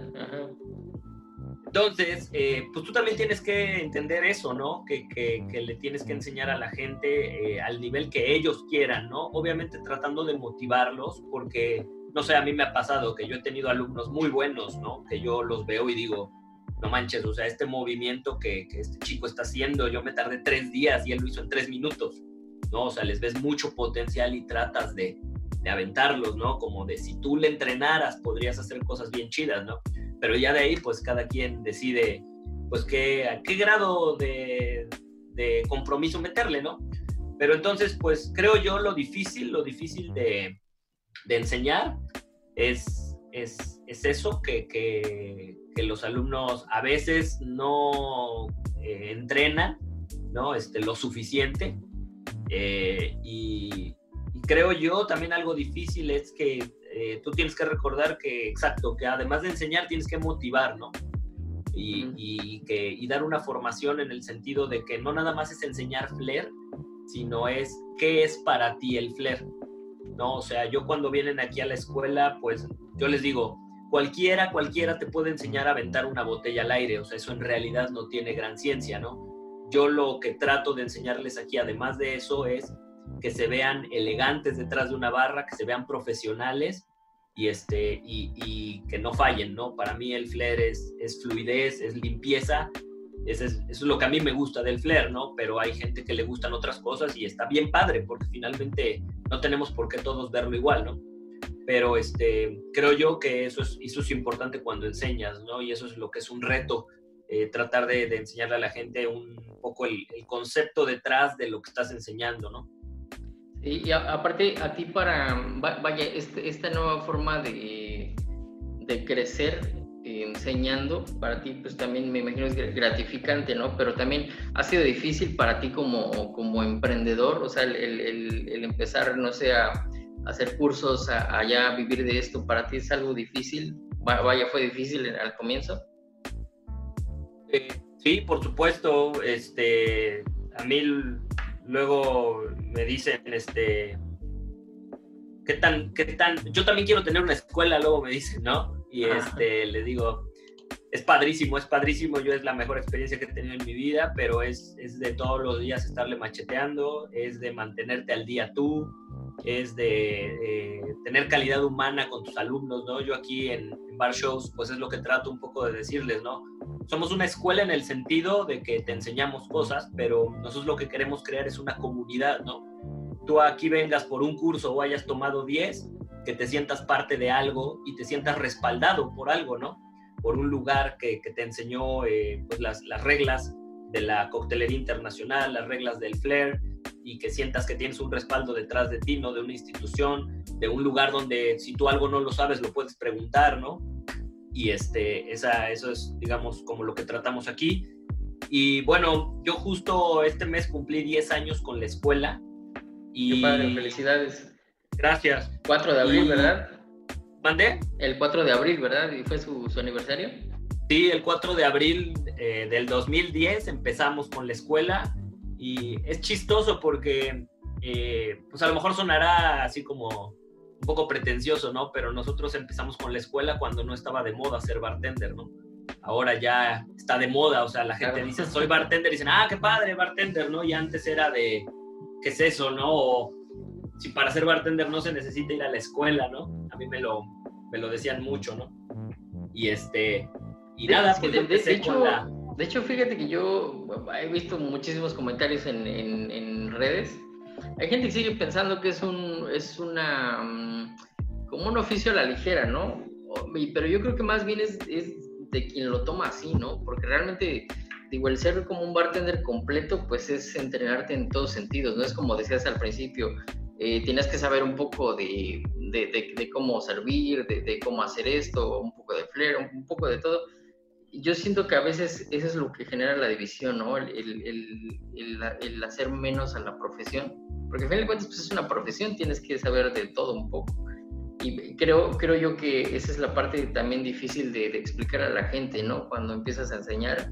Entonces, pues tú también tienes que entender eso, ¿no? Que le tienes que enseñar a la gente al nivel que ellos quieran, ¿no? Obviamente tratando de motivarlos, porque, no sé, a mí me ha pasado que yo he tenido alumnos muy buenos, ¿no? Que yo los veo y digo, no manches, o sea, este movimiento que este chico está haciendo, yo me tardé 3 días y él lo hizo en 3 minutos, ¿no? O sea, les ves mucho potencial y tratas de aventarlos, ¿no? Como de si tú le entrenaras, podrías hacer cosas bien chidas, ¿no? Pero ya de ahí, pues cada quien decide, pues a qué grado de compromiso meterle, ¿no? Pero entonces, pues creo yo lo difícil de enseñar es eso, que los alumnos a veces no entrenan, ¿no? Lo suficiente. Y creo yo también algo difícil es que tú tienes que recordar que, exacto, que además de enseñar tienes que motivar, ¿no? Y dar una formación en el sentido de que no nada más es enseñar flair, sino es qué es para ti el flair, ¿no? O sea, yo cuando vienen aquí a la escuela, pues yo les digo, cualquiera te puede enseñar a aventar una botella al aire, o sea, eso en realidad no tiene gran ciencia, ¿no? Yo lo que trato de enseñarles aquí, además de eso, es que se vean elegantes detrás de una barra, que se vean profesionales y que no fallen, ¿no? Para mí el flair es fluidez, es limpieza, eso es lo que a mí me gusta del flair, ¿no? Pero hay gente que le gustan otras cosas y está bien padre, porque finalmente no tenemos por qué todos verlo igual, ¿no? Pero creo yo que eso es importante cuando enseñas, ¿no? Y eso es lo que es un reto, tratar de enseñarle a la gente un poco el concepto detrás de lo que estás enseñando, ¿no? Y aparte, a ti vaya, esta nueva forma de crecer enseñando, para ti pues también me imagino es gratificante, ¿no? Pero también ha sido difícil para ti como emprendedor, o sea, el empezar, no sé, a hacer cursos, a ya vivir de esto, ¿para ti es algo difícil? Vaya, ¿fue difícil al comienzo? Sí, por supuesto, a mí luego me dicen, ¿qué tan? Yo también quiero tener una escuela, luego me dicen, ¿no? Y les digo, es padrísimo, yo es la mejor experiencia que he tenido en mi vida, pero es de todos los días estarle macheteando, es de mantenerte al día tú, es de tener calidad humana con tus alumnos, ¿no? Yo aquí en Bar Shows, pues es lo que trato un poco de decirles, ¿no? Somos una escuela en el sentido de que te enseñamos cosas, pero nosotros lo que queremos crear es una comunidad, ¿no? Tú aquí vengas por un curso o hayas tomado 10, que te sientas parte de algo y te sientas respaldado por algo, ¿no? Por un lugar que te enseñó pues las reglas de la coctelería internacional, las reglas del flair, y que sientas que tienes un respaldo detrás de ti, ¿no? De una institución, de un lugar donde si tú algo no lo sabes lo puedes preguntar, ¿no? Y eso es, digamos, como lo que tratamos aquí. Y bueno, yo justo este mes cumplí 10 años con la escuela. Y... Qué padre, felicidades. Gracias. 4 de abril, ¿verdad? ¿Mandé? El 4 de abril, ¿verdad? ¿Y fue su aniversario? Sí, el 4 de abril del 2010 empezamos con la escuela y es chistoso porque pues a lo mejor sonará así como un poco pretencioso, ¿no? Pero nosotros empezamos con la escuela cuando no estaba de moda ser bartender, ¿no? ahora ya está de moda, o sea, la gente dice, soy bartender, y dicen, qué padre, bartender, ¿no? Y antes era de, ¿qué es eso, no? O si para ser bartender no se necesita ir a la escuela, ¿no? A mí me lo decían mucho, ¿no? Y nada, pues de hecho, fíjate que yo he visto muchísimos comentarios en redes. Hay gente que sigue pensando que es una como un oficio a la ligera, ¿no? Pero yo creo que más bien es de quien lo toma así, ¿no? Porque realmente, digo, el ser como un bartender completo, pues es entrenarte en todos sentidos, ¿no? Es como decías al principio, tienes que saber un poco de cómo servir, de cómo hacer esto, un poco de flair, un poco de todo. Yo siento que a veces eso es lo que genera la división, ¿no? El hacer menos a la profesión, porque al fin de cuentas pues es una profesión, tienes que saber de todo un poco. Y creo yo que esa es la parte también difícil de explicar a la gente, ¿no? Cuando empiezas a enseñar.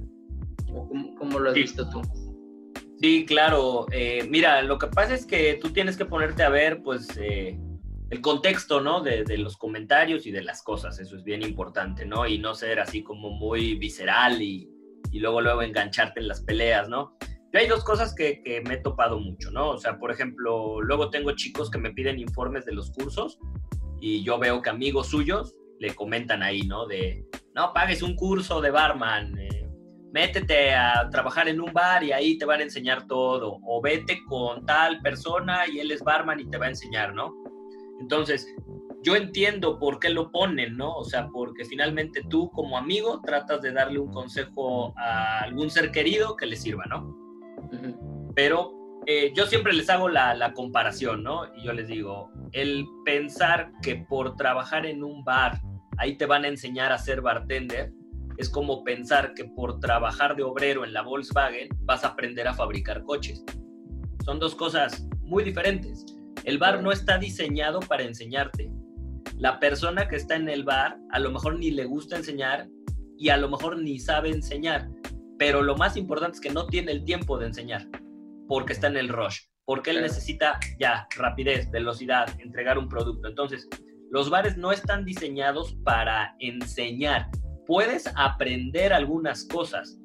¿Cómo lo has visto tú? Sí, claro. Mira, lo que pasa es que tú tienes que ponerte a ver, pues, el contexto, ¿no? De los comentarios y de las cosas. Eso es bien importante, ¿no? Y no ser así como muy visceral y luego engancharte en las peleas, ¿no? Yo hay dos cosas que me he topado mucho, ¿no? O sea, por ejemplo, luego tengo chicos que me piden informes de los cursos y yo veo que amigos suyos le comentan ahí, ¿no? De, no, pagues un curso de barman, métete a trabajar en un bar y ahí te van a enseñar todo, o vete con tal persona y él es barman y te va a enseñar, ¿no? Entonces, yo entiendo por qué lo ponen, ¿no? O sea, porque finalmente tú como amigo tratas de darle un consejo a algún ser querido que le sirva, ¿no? Uh-huh. Pero yo siempre les hago la comparación, ¿no? Y yo les digo, el pensar que por trabajar en un bar ahí te van a enseñar a ser bartender, es como pensar que por trabajar de obrero en la Volkswagen vas a aprender a fabricar coches. Son dos cosas muy diferentes. El bar no está diseñado para enseñarte. La persona que está en el bar a lo mejor ni le gusta enseñar y a lo mejor ni sabe enseñar, pero lo más importante es que no tiene el tiempo de enseñar porque está en el rush, porque él necesita ya rapidez, velocidad, entregar un producto. Entonces, los bares no están diseñados para enseñar. Puedes aprender algunas cosas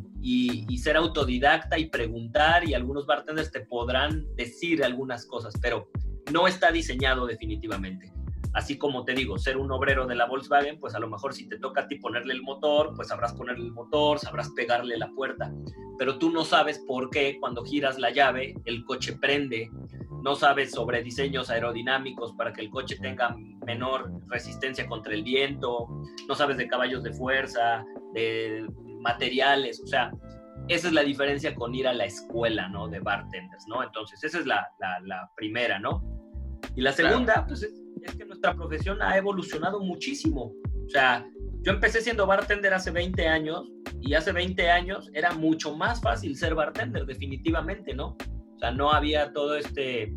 y ser autodidacta y preguntar, y algunos bartenders te podrán decir algunas cosas, pero no está diseñado definitivamente. Así como te digo, ser un obrero de la Volkswagen, pues a lo mejor si te toca a ti ponerle el motor, pues sabrás ponerle el motor, sabrás pegarle la puerta, pero tú no sabes por qué cuando giras la llave el coche prende, no sabes sobre diseños aerodinámicos para que el coche tenga menor resistencia contra el viento, no sabes de caballos de fuerza, de materiales, o sea, esa es la diferencia con ir a la escuela, ¿no? De bartenders, ¿no? Entonces, esa es la primera, ¿no? Y la segunda, pues es que nuestra profesión ha evolucionado muchísimo. O sea, yo empecé siendo bartender hace 20 años y hace 20 años era mucho más fácil ser bartender, definitivamente, ¿no? O sea, no había todo este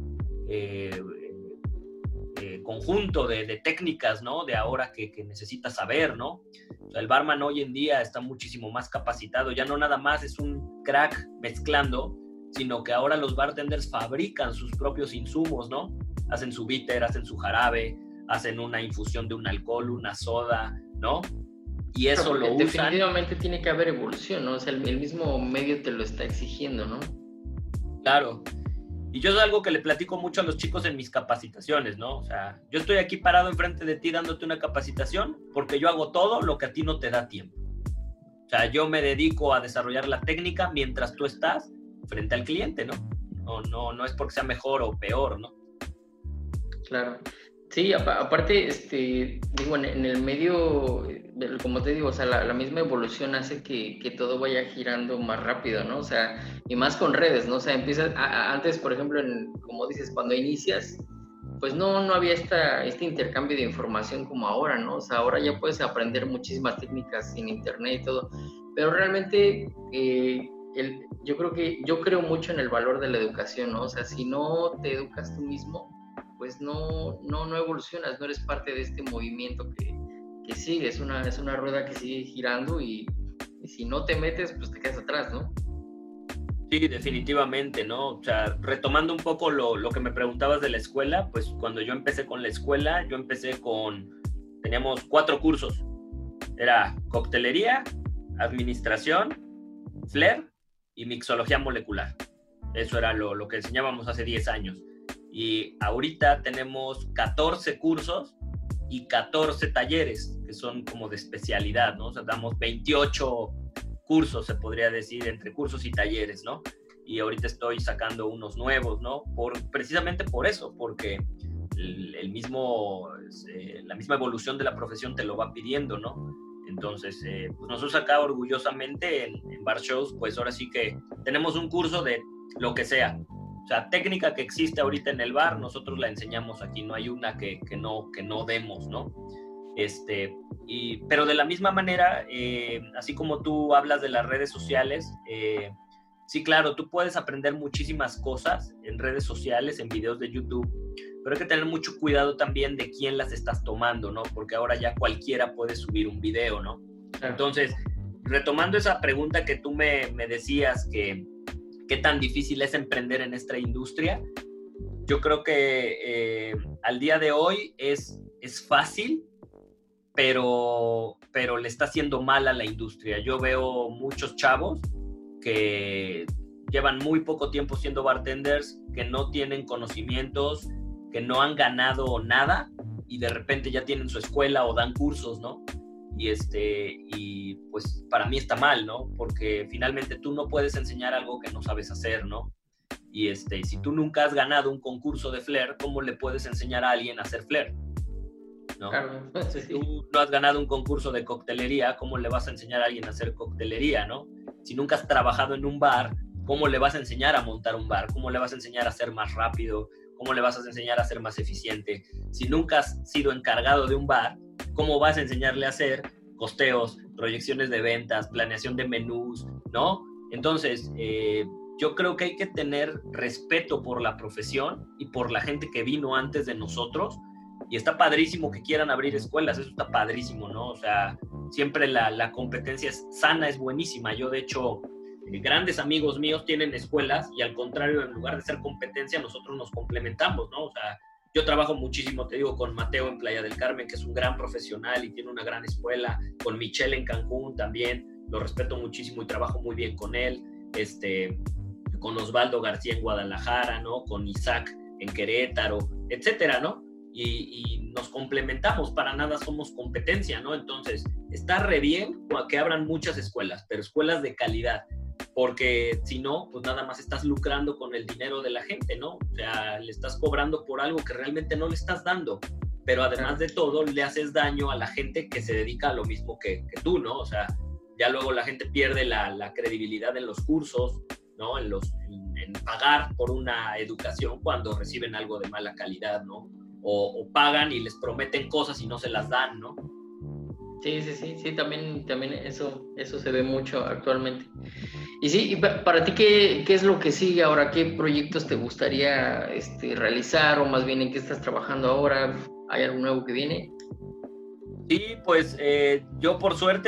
conjunto de técnicas, ¿no? De ahora que necesitas saber, ¿no? O sea, el barman hoy en día está muchísimo más capacitado. Ya no nada más es un crack mezclando, sino que ahora los bartenders fabrican sus propios insumos, ¿no? Hacen su bitter, hacen su jarabe, hacen una infusión de un alcohol, una soda, ¿no? Y eso lo usan. Definitivamente tiene que haber evolución, ¿no? O sea, el mismo medio te lo está exigiendo, ¿no? Claro. Y yo es algo que le platico mucho a los chicos en mis capacitaciones, ¿no? O sea, yo estoy aquí parado enfrente de ti dándote una capacitación porque yo hago todo lo que a ti no te da tiempo. O sea, yo me dedico a desarrollar la técnica mientras tú estás frente al cliente, ¿no? No es porque sea mejor o peor, ¿no? Claro. Sí, aparte, digo, en el medio, como te digo, o sea, la misma evolución hace que todo vaya girando más rápido, ¿no? O sea, y más con redes, ¿no? O sea, empiezas, antes, por ejemplo, como dices, cuando inicias, pues no había este intercambio de información como ahora, ¿no? O sea, ahora ya puedes aprender muchísimas técnicas en internet y todo, pero realmente yo creo mucho en el valor de la educación, ¿no? O sea, si no te educas tú mismo, pues no evolucionas, no eres parte de este movimiento que sigue, es una rueda que sigue girando y si no te metes, pues te quedas atrás, ¿no? Sí, definitivamente, ¿no? O sea, retomando un poco lo que me preguntabas de la escuela, pues cuando yo empecé con la escuela, teníamos 4 cursos. Era coctelería, administración, FLAIR y mixología molecular. Eso era lo que enseñábamos hace 10 años. Y ahorita tenemos 14 cursos y 14 talleres, que son como de especialidad, ¿no? O sea, damos 28 cursos, se podría decir, entre cursos y talleres, ¿no? Y ahorita estoy sacando unos nuevos, ¿no? Precisamente por eso, porque la misma evolución de la profesión te lo va pidiendo, ¿no? Entonces, pues nosotros acá orgullosamente en Bar Shows, pues ahora sí que tenemos un curso de lo que sea. O sea, técnica que existe ahorita en el bar, nosotros la enseñamos aquí, no hay una que no demos, ¿no? Pero de la misma manera, así como tú hablas de las redes sociales, sí, claro, tú puedes aprender muchísimas cosas en redes sociales, en videos de YouTube, pero hay que tener mucho cuidado también de quién las estás tomando, ¿no? Porque ahora ya cualquiera puede subir un video, ¿no? Claro. Entonces, retomando esa pregunta que tú me decías, que qué tan difícil es emprender en esta industria, yo creo que al día de hoy es fácil, pero le está haciendo mal a la industria. Yo veo muchos chavos que llevan muy poco tiempo siendo bartenders, que no tienen conocimientos, que no han ganado nada y de repente ya tienen su escuela o dan cursos, ¿no? Y pues para mí está mal, ¿no? Porque finalmente tú no puedes enseñar algo que no sabes hacer, ¿no? Y si tú nunca has ganado un concurso de flair, ¿cómo le puedes enseñar a alguien a hacer flair? ¿No? Claro, sí. Si tú no has ganado un concurso de coctelería, ¿cómo le vas a enseñar a alguien a hacer coctelería, ¿no? Si nunca has trabajado en un bar, ¿cómo le vas a enseñar a montar un bar? ¿Cómo le vas a enseñar a ser más rápido? ¿Cómo le vas a enseñar a ser más eficiente? Si nunca has sido encargado de un bar, ¿cómo vas a enseñarle a hacer costeos, proyecciones de ventas, planeación de menús, ¿no? Entonces, yo creo que hay que tener respeto por la profesión y por la gente que vino antes de nosotros. Y está padrísimo que quieran abrir escuelas, eso está padrísimo, ¿no? O sea, siempre la competencia es sana, es buenísima. Yo, de hecho, grandes amigos míos tienen escuelas y al contrario, en lugar de ser competencia, nosotros nos complementamos, ¿no? O sea, yo trabajo muchísimo, te digo, con Mateo en Playa del Carmen, que es un gran profesional y tiene una gran escuela, con Michelle en Cancún también, lo respeto muchísimo y trabajo muy bien con él, con Osvaldo García en Guadalajara, ¿no? Con Isaac en Querétaro, etcétera, ¿no? Y nos complementamos, para nada somos competencia, ¿no? Entonces, está re bien que abran muchas escuelas, pero escuelas de calidad, porque si no, pues nada más estás lucrando con el dinero de la gente, ¿no? O sea, le estás cobrando por algo que realmente no le estás dando, pero además de todo, le haces daño a la gente que se dedica a lo mismo que tú, ¿no? O sea, ya luego la gente pierde la credibilidad en los cursos, ¿no? En pagar por una educación cuando reciben algo de mala calidad, ¿no? O pagan y les prometen cosas y no se las dan, ¿no? Sí, también eso se ve mucho actualmente. Y sí, y para ti, ¿qué es lo que sigue ahora? ¿Qué proyectos te gustaría realizar, o más bien en qué estás trabajando ahora? ¿Hay algo nuevo que viene? Sí, pues yo por suerte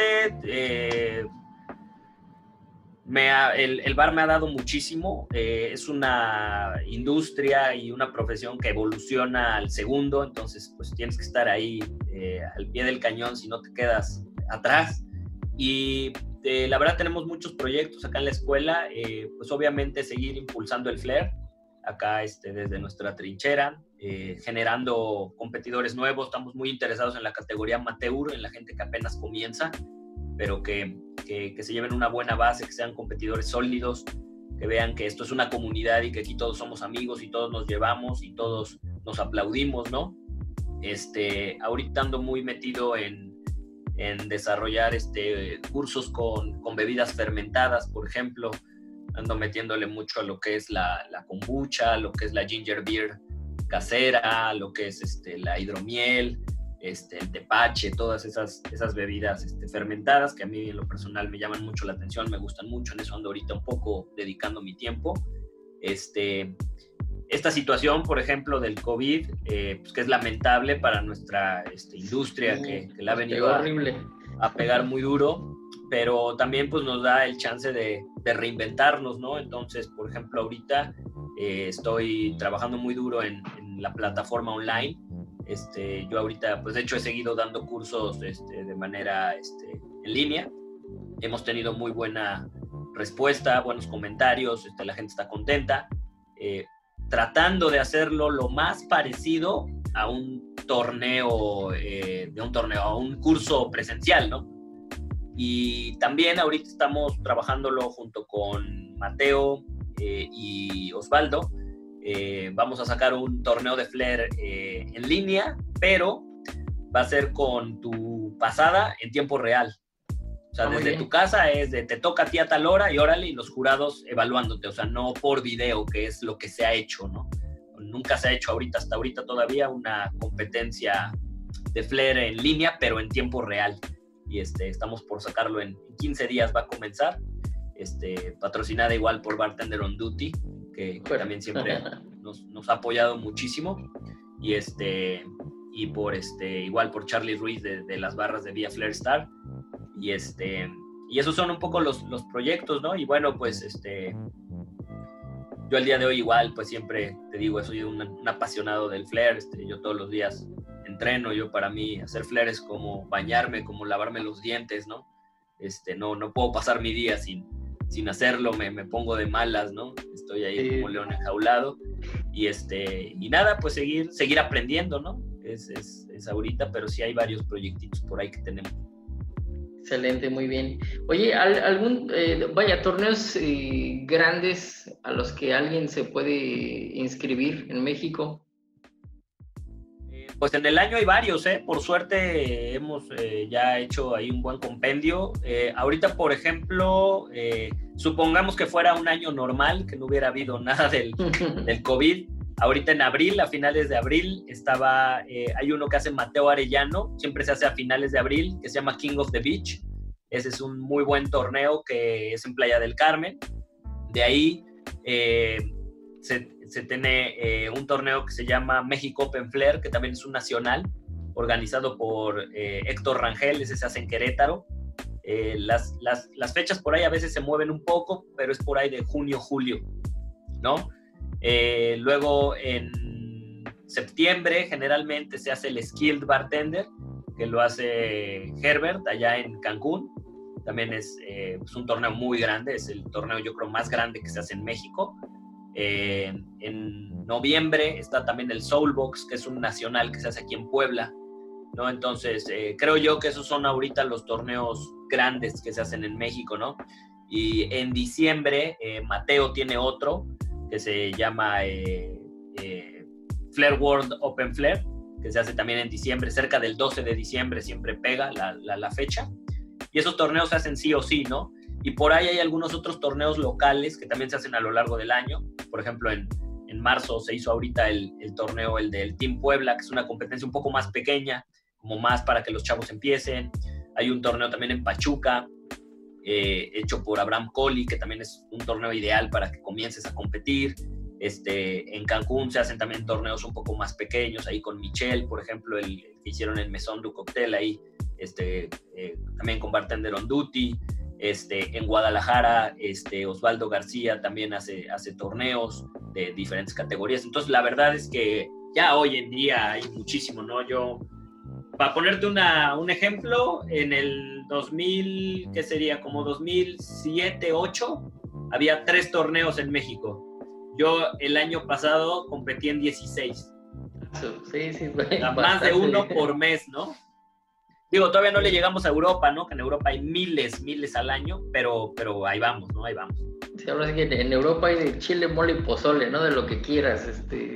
el bar me ha dado muchísimo. Es una industria y una profesión que evoluciona al segundo, entonces pues tienes que estar ahí al pie del cañón si no te quedas atrás. Y la verdad tenemos muchos proyectos acá en la escuela, pues obviamente seguir impulsando el flair acá desde nuestra trinchera, generando competidores nuevos. Estamos muy interesados en la categoría amateur, en la gente que apenas comienza, pero que se lleven una buena base, que sean competidores sólidos, que vean que esto es una comunidad y que aquí todos somos amigos y todos nos llevamos y todos nos aplaudimos, ¿no? Ahorita ando muy metido en desarrollar cursos con bebidas fermentadas, por ejemplo. Ando metiéndole mucho a lo que es la kombucha, lo que es la ginger beer casera, lo que es la hidromiel, el tepache, todas esas bebidas fermentadas que a mí en lo personal me llaman mucho la atención, me gustan mucho. En eso ando ahorita un poco dedicando mi tiempo. Esta situación, por ejemplo, del COVID, pues que es lamentable para nuestra industria, que le ha venido a pegar muy duro, pero también pues nos da el chance de reinventarnos, ¿no? Entonces, por ejemplo, ahorita estoy trabajando muy duro en la plataforma online. Yo ahorita, pues de hecho he seguido dando cursos de manera en línea, hemos tenido muy buena respuesta, buenos comentarios, la gente está contenta, tratando de hacerlo lo más parecido a un torneo, a un curso presencial, ¿no? Y también ahorita estamos trabajándolo junto con Mateo y Osvaldo. Vamos a sacar un torneo de Flair en línea, pero va a ser con tu pasada en tiempo real. O sea, desde tu casa te toca a ti a tal hora y órale, y los jurados evaluándote, o sea, no por video, que es lo que se ha hecho, ¿no? Nunca se ha hecho hasta ahorita todavía una competencia de Flair en línea, pero en tiempo real. Y estamos por sacarlo en 15 días, va a comenzar, patrocinada igual por Bartender on Duty, que también siempre nos ha apoyado muchísimo, y por igual por Charlie Ruiz de las barras de Vía Flair Star, y esos son un poco los proyectos, ¿no? Y bueno, pues yo al día de hoy igual, pues siempre te digo, soy un apasionado del Flair, yo todos los días entreno. Yo, para mí, hacer Flair es como bañarme, como lavarme los dientes, ¿no? No puedo pasar mi día sin hacerlo, me pongo de malas, ¿no? Estoy ahí como león enjaulado, y nada, pues seguir aprendiendo, ¿no? Es ahorita, pero sí hay varios proyectitos por ahí que tenemos. Excelente, muy bien. Oye, torneos grandes a los que alguien se puede inscribir en México. Pues en el año hay varios, por suerte hemos ya hecho ahí un buen compendio. Ahorita, por ejemplo, supongamos que fuera un año normal, que no hubiera habido nada del COVID. Ahorita en abril, a finales de abril, hay uno que hace Mateo Arellano, siempre se hace a finales de abril, que se llama King of the Beach. Ese es un muy buen torneo que es en Playa del Carmen. De ahí se tiene un torneo que se llama México Open Flair, que también es un nacional, organizado por Héctor Rangel. Ese se hace en Querétaro. Las fechas por ahí a veces se mueven un poco, pero es por ahí de junio, julio, ¿no? Luego en septiembre generalmente se hace el Skilled Bartender, que lo hace Herbert allá en Cancún. También es un torneo muy grande, es el torneo yo creo más grande que se hace en México. En noviembre está también el Soulbox, que es un nacional que se hace aquí en Puebla, ¿no? Entonces creo yo que esos son ahorita los torneos grandes que se hacen en México, ¿no? Y en diciembre Mateo tiene otro que se llama Flair World Open Flair, que se hace también en diciembre, cerca del 12 de diciembre siempre pega la fecha, y esos torneos se hacen sí o sí, ¿no? Y por ahí hay algunos otros torneos locales que también se hacen a lo largo del año. Por ejemplo, en marzo se hizo ahorita el torneo, el del Team Puebla, que es una competencia un poco más pequeña, como más para que los chavos empiecen. Hay un torneo también en Pachuca, hecho por Abraham Colli, que también es un torneo ideal para que comiences a competir. En Cancún se hacen también torneos un poco más pequeños, ahí con Michelle, por ejemplo, el que hicieron en Maison du Cocktail, ahí también con Bartender on Duty. En Guadalajara, Osvaldo García también hace torneos de diferentes categorías. Entonces, la verdad es que ya hoy en día hay muchísimo, ¿no? Yo, para ponerte un ejemplo, en el 2000, ¿qué sería? Como 2007, 2008, había 3 torneos en México. Yo el año pasado competí en 16. Sí, más de uno por mes, ¿no? Digo, todavía no le llegamos a Europa, ¿no? Que en Europa hay miles al año, pero ahí vamos, ¿no? Ahí vamos. Sí, ahora sí que en Europa hay de chile, mole y pozole, ¿no? De lo que quieras,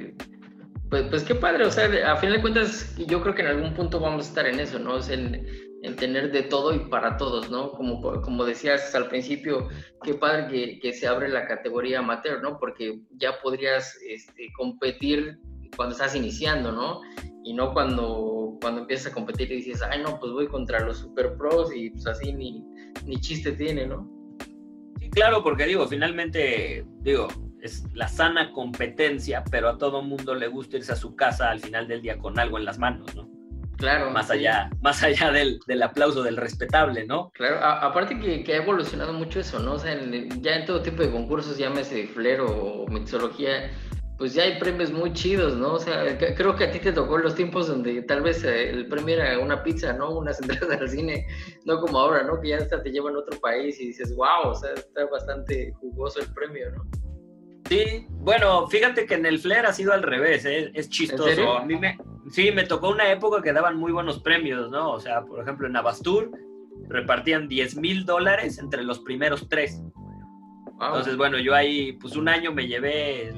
Pues qué padre, o sea, a final de cuentas, yo creo que en algún punto vamos a estar en eso, ¿no? O sea, en tener de todo y para todos, ¿no? Como decías al principio, qué padre que se abre la categoría amateur, ¿no? Porque ya podrías competir cuando estás iniciando, ¿no? Y no cuando empiezas a competir y dices, ay, no, pues voy contra los super pros y pues así ni chiste tiene, ¿no? Sí, claro, porque finalmente, es la sana competencia, pero a todo mundo le gusta irse a su casa al final del día con algo en las manos, ¿no? Claro. Más allá del aplauso del respetable, ¿no? Claro, aparte que ha evolucionado mucho eso, ¿no? O sea, ya en todo tipo de concursos, llámese Flair o mixología, pues ya hay premios muy chidos, ¿no? O sea, creo que a ti te tocó los tiempos donde tal vez el premio era una pizza, ¿no? Unas entradas al cine, no como ahora, ¿no? Que ya hasta te llevan a otro país y dices, wow, o sea, está bastante jugoso el premio, ¿no? Sí, bueno, fíjate que en el Flair ha sido al revés, ¿eh? Es chistoso. ¿En serio? A mí sí, me tocó una época que daban muy buenos premios, ¿no? O sea, por ejemplo, en Abastur repartían $10,000 entre los primeros 3. Wow. Entonces, bueno, yo ahí, pues un año me llevé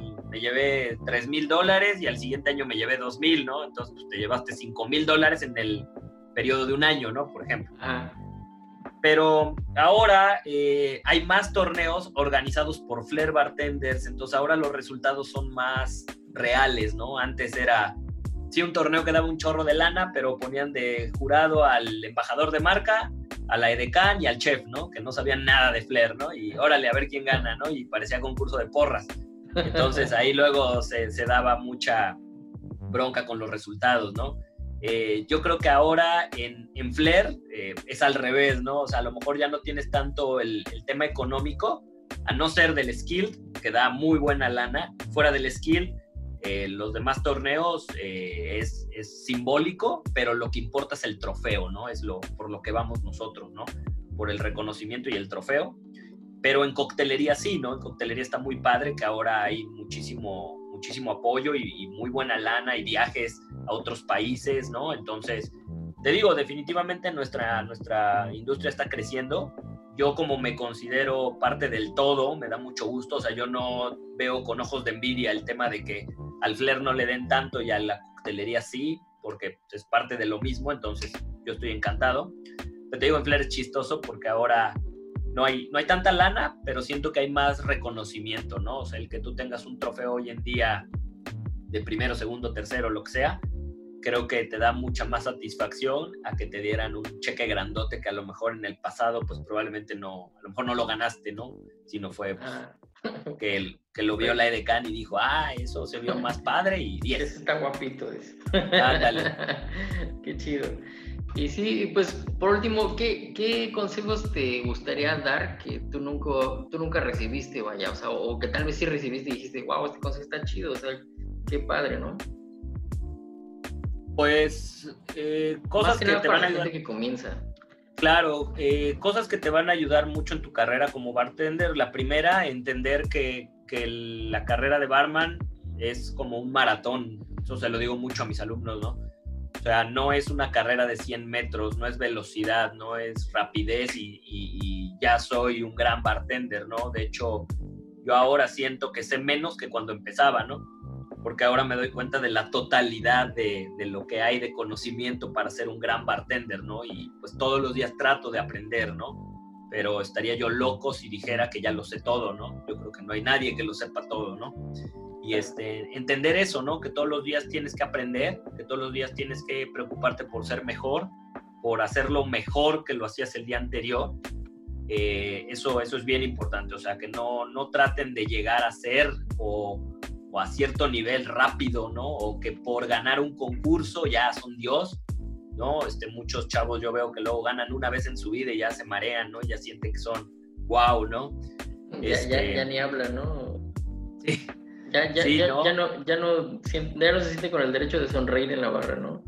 $3,000 y al siguiente año me llevé 2,000, ¿no? Entonces, pues te llevaste $5,000 en el periodo de un año, ¿no? Por ejemplo. Ah. Pero ahora hay más torneos organizados por Flair Bartenders, entonces ahora los resultados son más reales, ¿no? Antes era, sí, un torneo que daba un chorro de lana, pero ponían de jurado al embajador de marca, a la edecán y al chef, ¿no? Que no sabían nada de Flair, ¿no? Y órale, a ver quién gana, ¿no? Y parecía concurso de porras. Entonces ahí luego se daba mucha bronca con los resultados, ¿no? Yo creo que ahora en Flair es al revés, ¿no? O sea, a lo mejor ya no tienes tanto el tema económico, a no ser del skill, que da muy buena lana. Fuera del skill, los demás torneos es simbólico, pero lo que importa es el trofeo, ¿no? Es por lo que vamos nosotros, ¿no? Por el reconocimiento y el trofeo. Pero en coctelería sí, ¿no? En coctelería está muy padre, que ahora hay muchísimo apoyo y muy buena lana y viajes a otros países, ¿no? Entonces, te digo, definitivamente nuestra industria está creciendo. Yo, como me considero parte del todo, me da mucho gusto. O sea, yo no veo con ojos de envidia el tema de que al Flair no le den tanto y a la coctelería sí, porque es parte de lo mismo. Entonces, yo estoy encantado. Pero te digo, en Flair es chistoso porque ahora no hay tanta lana, pero siento que hay más reconocimiento, ¿no? O sea, el que tú tengas un trofeo hoy en día de primero, segundo, tercero, lo que sea, creo que te da mucha más satisfacción a que te dieran un cheque grandote que a lo mejor en el pasado, pues probablemente no, a lo mejor no lo ganaste, ¿no? Sino fue pues, que lo vio la edecán y dijo, eso se vio más padre y 10. Ese está guapito, dice. Ándale. Qué chido. Y sí, pues por último, ¿qué consejos te gustaría dar que tú nunca recibiste, vaya? O sea, o que tal vez sí recibiste y dijiste, wow, este consejo está chido, o sea, qué padre, ¿no? Pues cosas que te van a ayudar. Que comienza. Claro, cosas que te van a ayudar mucho en tu carrera como bartender. La primera, entender que la carrera de barman es como un maratón. Eso se lo digo mucho a mis alumnos, ¿no? O sea, no es una carrera de 100 metros, no es velocidad, no es rapidez y ya soy un gran bartender, ¿no? De hecho, yo ahora siento que sé menos que cuando empezaba, ¿no? Porque ahora me doy cuenta de la totalidad de lo que hay de conocimiento para ser un gran bartender, ¿no? Y pues todos los días trato de aprender, ¿no? Pero estaría yo loco si dijera que ya lo sé todo, ¿no? Yo creo que no hay nadie que lo sepa todo, ¿no? Y entender eso, ¿no? Que todos los días tienes que aprender, que todos los días tienes que preocuparte por ser mejor, por hacerlo mejor que lo hacías el día anterior. Eso es bien importante, o sea, que no traten de llegar a ser o a cierto nivel rápido, ¿no? O que por ganar un concurso ya son Dios, ¿no? Muchos chavos yo veo que luego ganan una vez en su vida y ya se marean, ¿no? Ya sienten que son wow, ¿no? Ya ni hablan, ¿no? Sí. Ya no se siente con el derecho de sonreír en la barra, ¿no?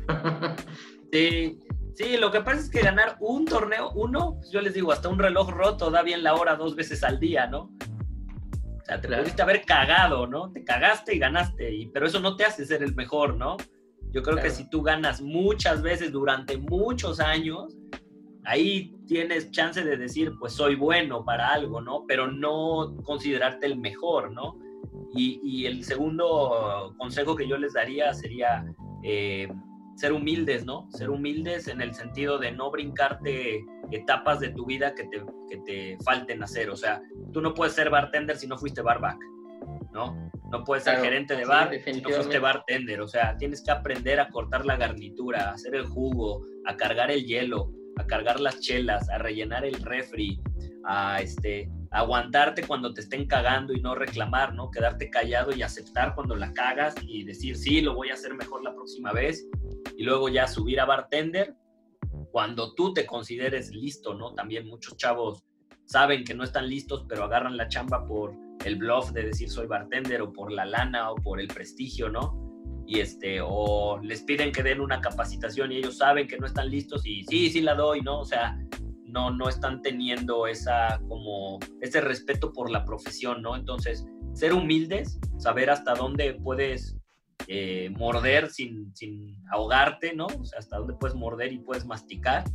Sí, lo que pasa es que ganar un torneo, pues yo les digo, hasta un reloj roto da bien la hora 2 veces al día, ¿no? O sea, te pudiste haber cagado, ¿no? Te cagaste y ganaste, pero eso no te hace ser el mejor, ¿no? Yo creo que si tú ganas muchas veces durante muchos años, ahí tienes chance de decir, pues soy bueno para algo, ¿no? Pero no considerarte el mejor, ¿no? Y el segundo consejo que yo les daría sería ser humildes, ¿no? Ser humildes en el sentido de no brincarte etapas de tu vida que te falten hacer. O sea, tú no puedes ser bartender si no fuiste barback, ¿no? No puedes ser gerente de bar si no fuiste bartender. O sea, tienes que aprender a cortar la garnitura, a hacer el jugo, a cargar el hielo, a cargar las chelas, a rellenar el refri, a aguantarte cuando te estén cagando y no reclamar, ¿no? Quedarte callado y aceptar cuando la cagas y decir, sí, lo voy a hacer mejor la próxima vez. Y luego ya subir a bartender cuando tú te consideres listo, ¿no? También muchos chavos saben que no están listos, pero agarran la chamba por el bluff de decir soy bartender, o por la lana, o por el prestigio, ¿no? Y o les piden que den una capacitación y ellos saben que no están listos y sí la doy, ¿no? O sea, no están teniendo ese respeto por la profesión, ¿no? Entonces, ser humildes, saber hasta dónde puedes morder sin ahogarte, ¿no? O sea, hasta dónde puedes morder y puedes masticar.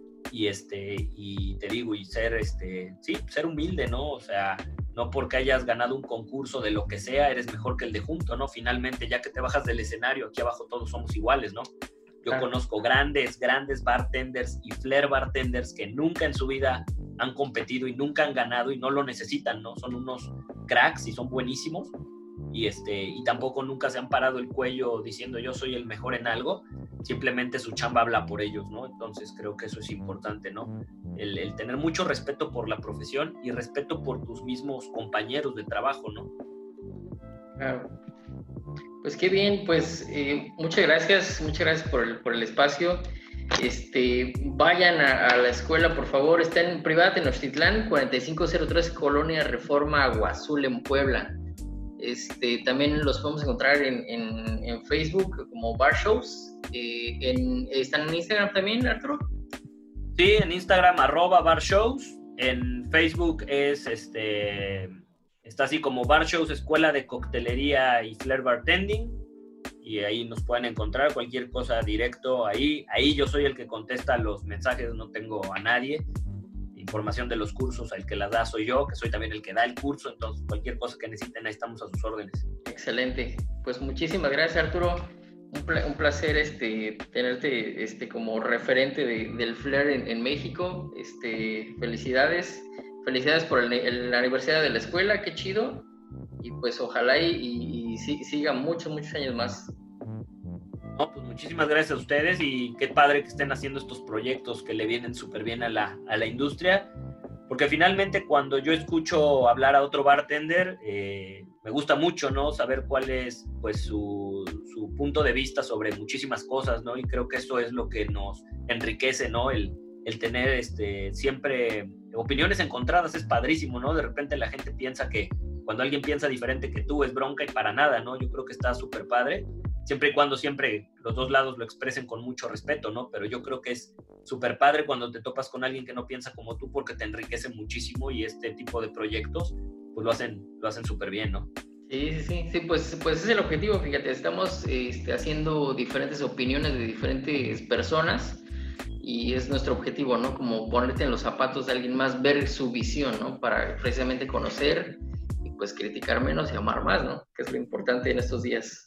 Y te digo, y ser humilde, ¿no? O sea, no porque hayas ganado un concurso de lo que sea, eres mejor que el de junto, ¿no? Finalmente, ya que te bajas del escenario, aquí abajo todos somos iguales, ¿no? Yo conozco grandes bartenders y flair bartenders que nunca en su vida han competido y nunca han ganado y no lo necesitan, ¿no? Son unos cracks y son buenísimos. Y tampoco nunca se han parado el cuello diciendo yo soy el mejor en algo, simplemente su chamba habla por ellos, ¿no? Entonces creo que eso es importante, ¿no? El tener mucho respeto por la profesión y respeto por tus mismos compañeros de trabajo, ¿no? Claro. Pues qué bien, pues muchas gracias por el espacio. Vayan a la escuela, por favor. Está en Privada Tenochtitlán, 4503, Colonia Reforma, Agua Azul, en Puebla. También los podemos encontrar en Facebook como Bar Shows. ¿Están en Instagram también, Arturo? Sí, en Instagram @barshows. En Facebook está así como Bar Shows, Escuela de Coctelería y Flair Bartending. Y ahí nos pueden encontrar cualquier cosa directo. Ahí yo soy el que contesta los mensajes, no tengo a nadie. Información de los cursos, el que las da soy yo, que soy también el que da el curso, entonces cualquier cosa que necesiten, ahí estamos a sus órdenes. Excelente, pues muchísimas gracias, Arturo. Un placer tenerte como referente del flair en México. Felicidades por el aniversario de la escuela, qué chido, y pues ojalá y siga muchos años más. No, pues muchísimas gracias a ustedes y qué padre que estén haciendo estos proyectos que le vienen súper bien a la industria, porque finalmente cuando yo escucho hablar a otro bartender, me gusta mucho, ¿no? Saber cuál es pues su punto de vista sobre muchísimas cosas, ¿no? Y creo que eso es lo que nos enriquece, ¿no? El tener siempre opiniones encontradas es padrísimo, ¿no? De repente la gente piensa que cuando alguien piensa diferente que tú es bronca y para nada, ¿no? Yo creo que está súper padre, siempre y cuando siempre los dos lados lo expresen con mucho respeto, ¿no? Pero yo creo que es súper padre cuando te topas con alguien que no piensa como tú porque te enriquece muchísimo y este tipo de proyectos pues lo hacen súper bien, ¿no? Sí, pues es el objetivo, fíjate, estamos haciendo diferentes opiniones de diferentes personas y es nuestro objetivo, ¿no? Como ponerte en los zapatos de alguien más, ver su visión, ¿no? Para precisamente conocer y pues criticar menos y amar más, ¿no? Que es lo importante en estos días.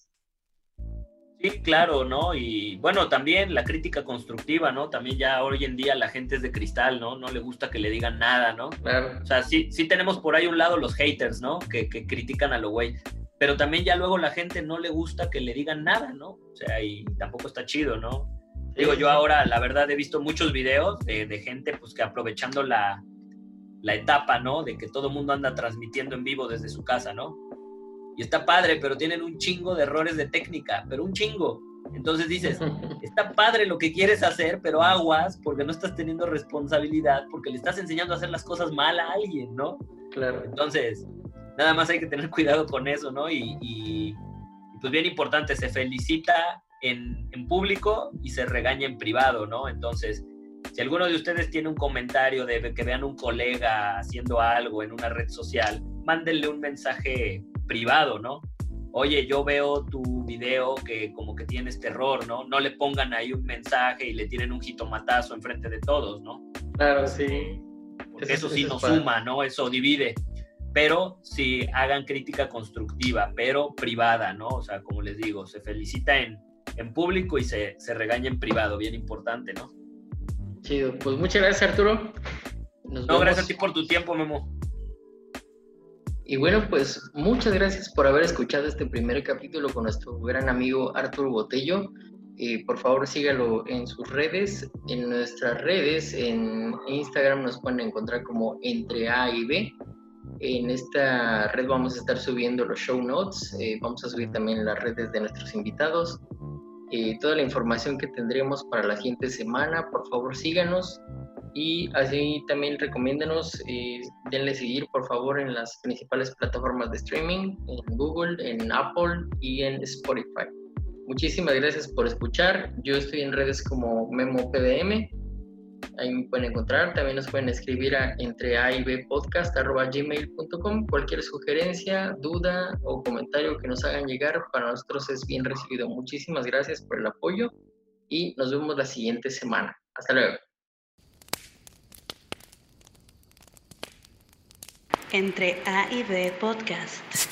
Sí, claro, ¿no? Y bueno, también la crítica constructiva, ¿no? También ya hoy en día la gente es de cristal, ¿no? No le gusta que le digan nada, ¿no? Claro. O sea, sí tenemos por ahí un lado los haters, ¿no? Que critican a lo güey. Pero también ya luego la gente no le gusta que le digan nada, ¿no? O sea, y tampoco está chido, ¿no? Sí. Digo, yo ahora, la verdad, he visto muchos videos de gente, pues, que aprovechando la etapa, ¿no? De que todo el mundo anda transmitiendo en vivo desde su casa, ¿no? Y está padre, pero tienen un chingo de errores de técnica, pero un chingo. Entonces dices, está padre lo que quieres hacer, pero aguas porque no estás teniendo responsabilidad, porque le estás enseñando a hacer las cosas mal a alguien, ¿no? Claro. Entonces, nada más hay que tener cuidado con eso, ¿no? Y pues bien importante, se felicita en público y se regaña en privado, ¿no? Entonces, si alguno de ustedes tiene un comentario de que vean un colega haciendo algo en una red social, mándenle un mensaje privado, ¿no? Oye, yo veo tu video que como que tienes terror, ¿no? No le pongan ahí un mensaje y le tiren un jitomatazo enfrente de todos, ¿no? Claro, sí. Porque eso sí nos suma, ¿no? Eso divide. Pero sí hagan crítica constructiva, pero privada, ¿no? O sea, como les digo, se felicita en público y se regaña en privado, bien importante, ¿no? Chido. Pues muchas gracias, Arturo. No, gracias a ti por tu tiempo, Memo. Y bueno, pues muchas gracias por haber escuchado este primer capítulo con nuestro gran amigo Arturo Botello. Por favor, sígalo en sus redes. En nuestras redes, en Instagram nos pueden encontrar como Entre A y B. En esta red vamos a estar subiendo los show notes. Vamos a subir también las redes de nuestros invitados. Toda la información que tendremos para la siguiente semana, por favor síganos. Y así también recomiéndenos, denle seguir por favor en las principales plataformas de streaming, en Google, en Apple y en Spotify. Muchísimas gracias por escuchar. Yo estoy en redes como MemoPDM. Ahí me pueden encontrar. También nos pueden escribir a entreaibpodcast@gmail.com. Cualquier sugerencia, duda o comentario que nos hagan llegar para nosotros es bien recibido. Muchísimas gracias por el apoyo y nos vemos la siguiente semana. Hasta luego. Entre A y B Podcast.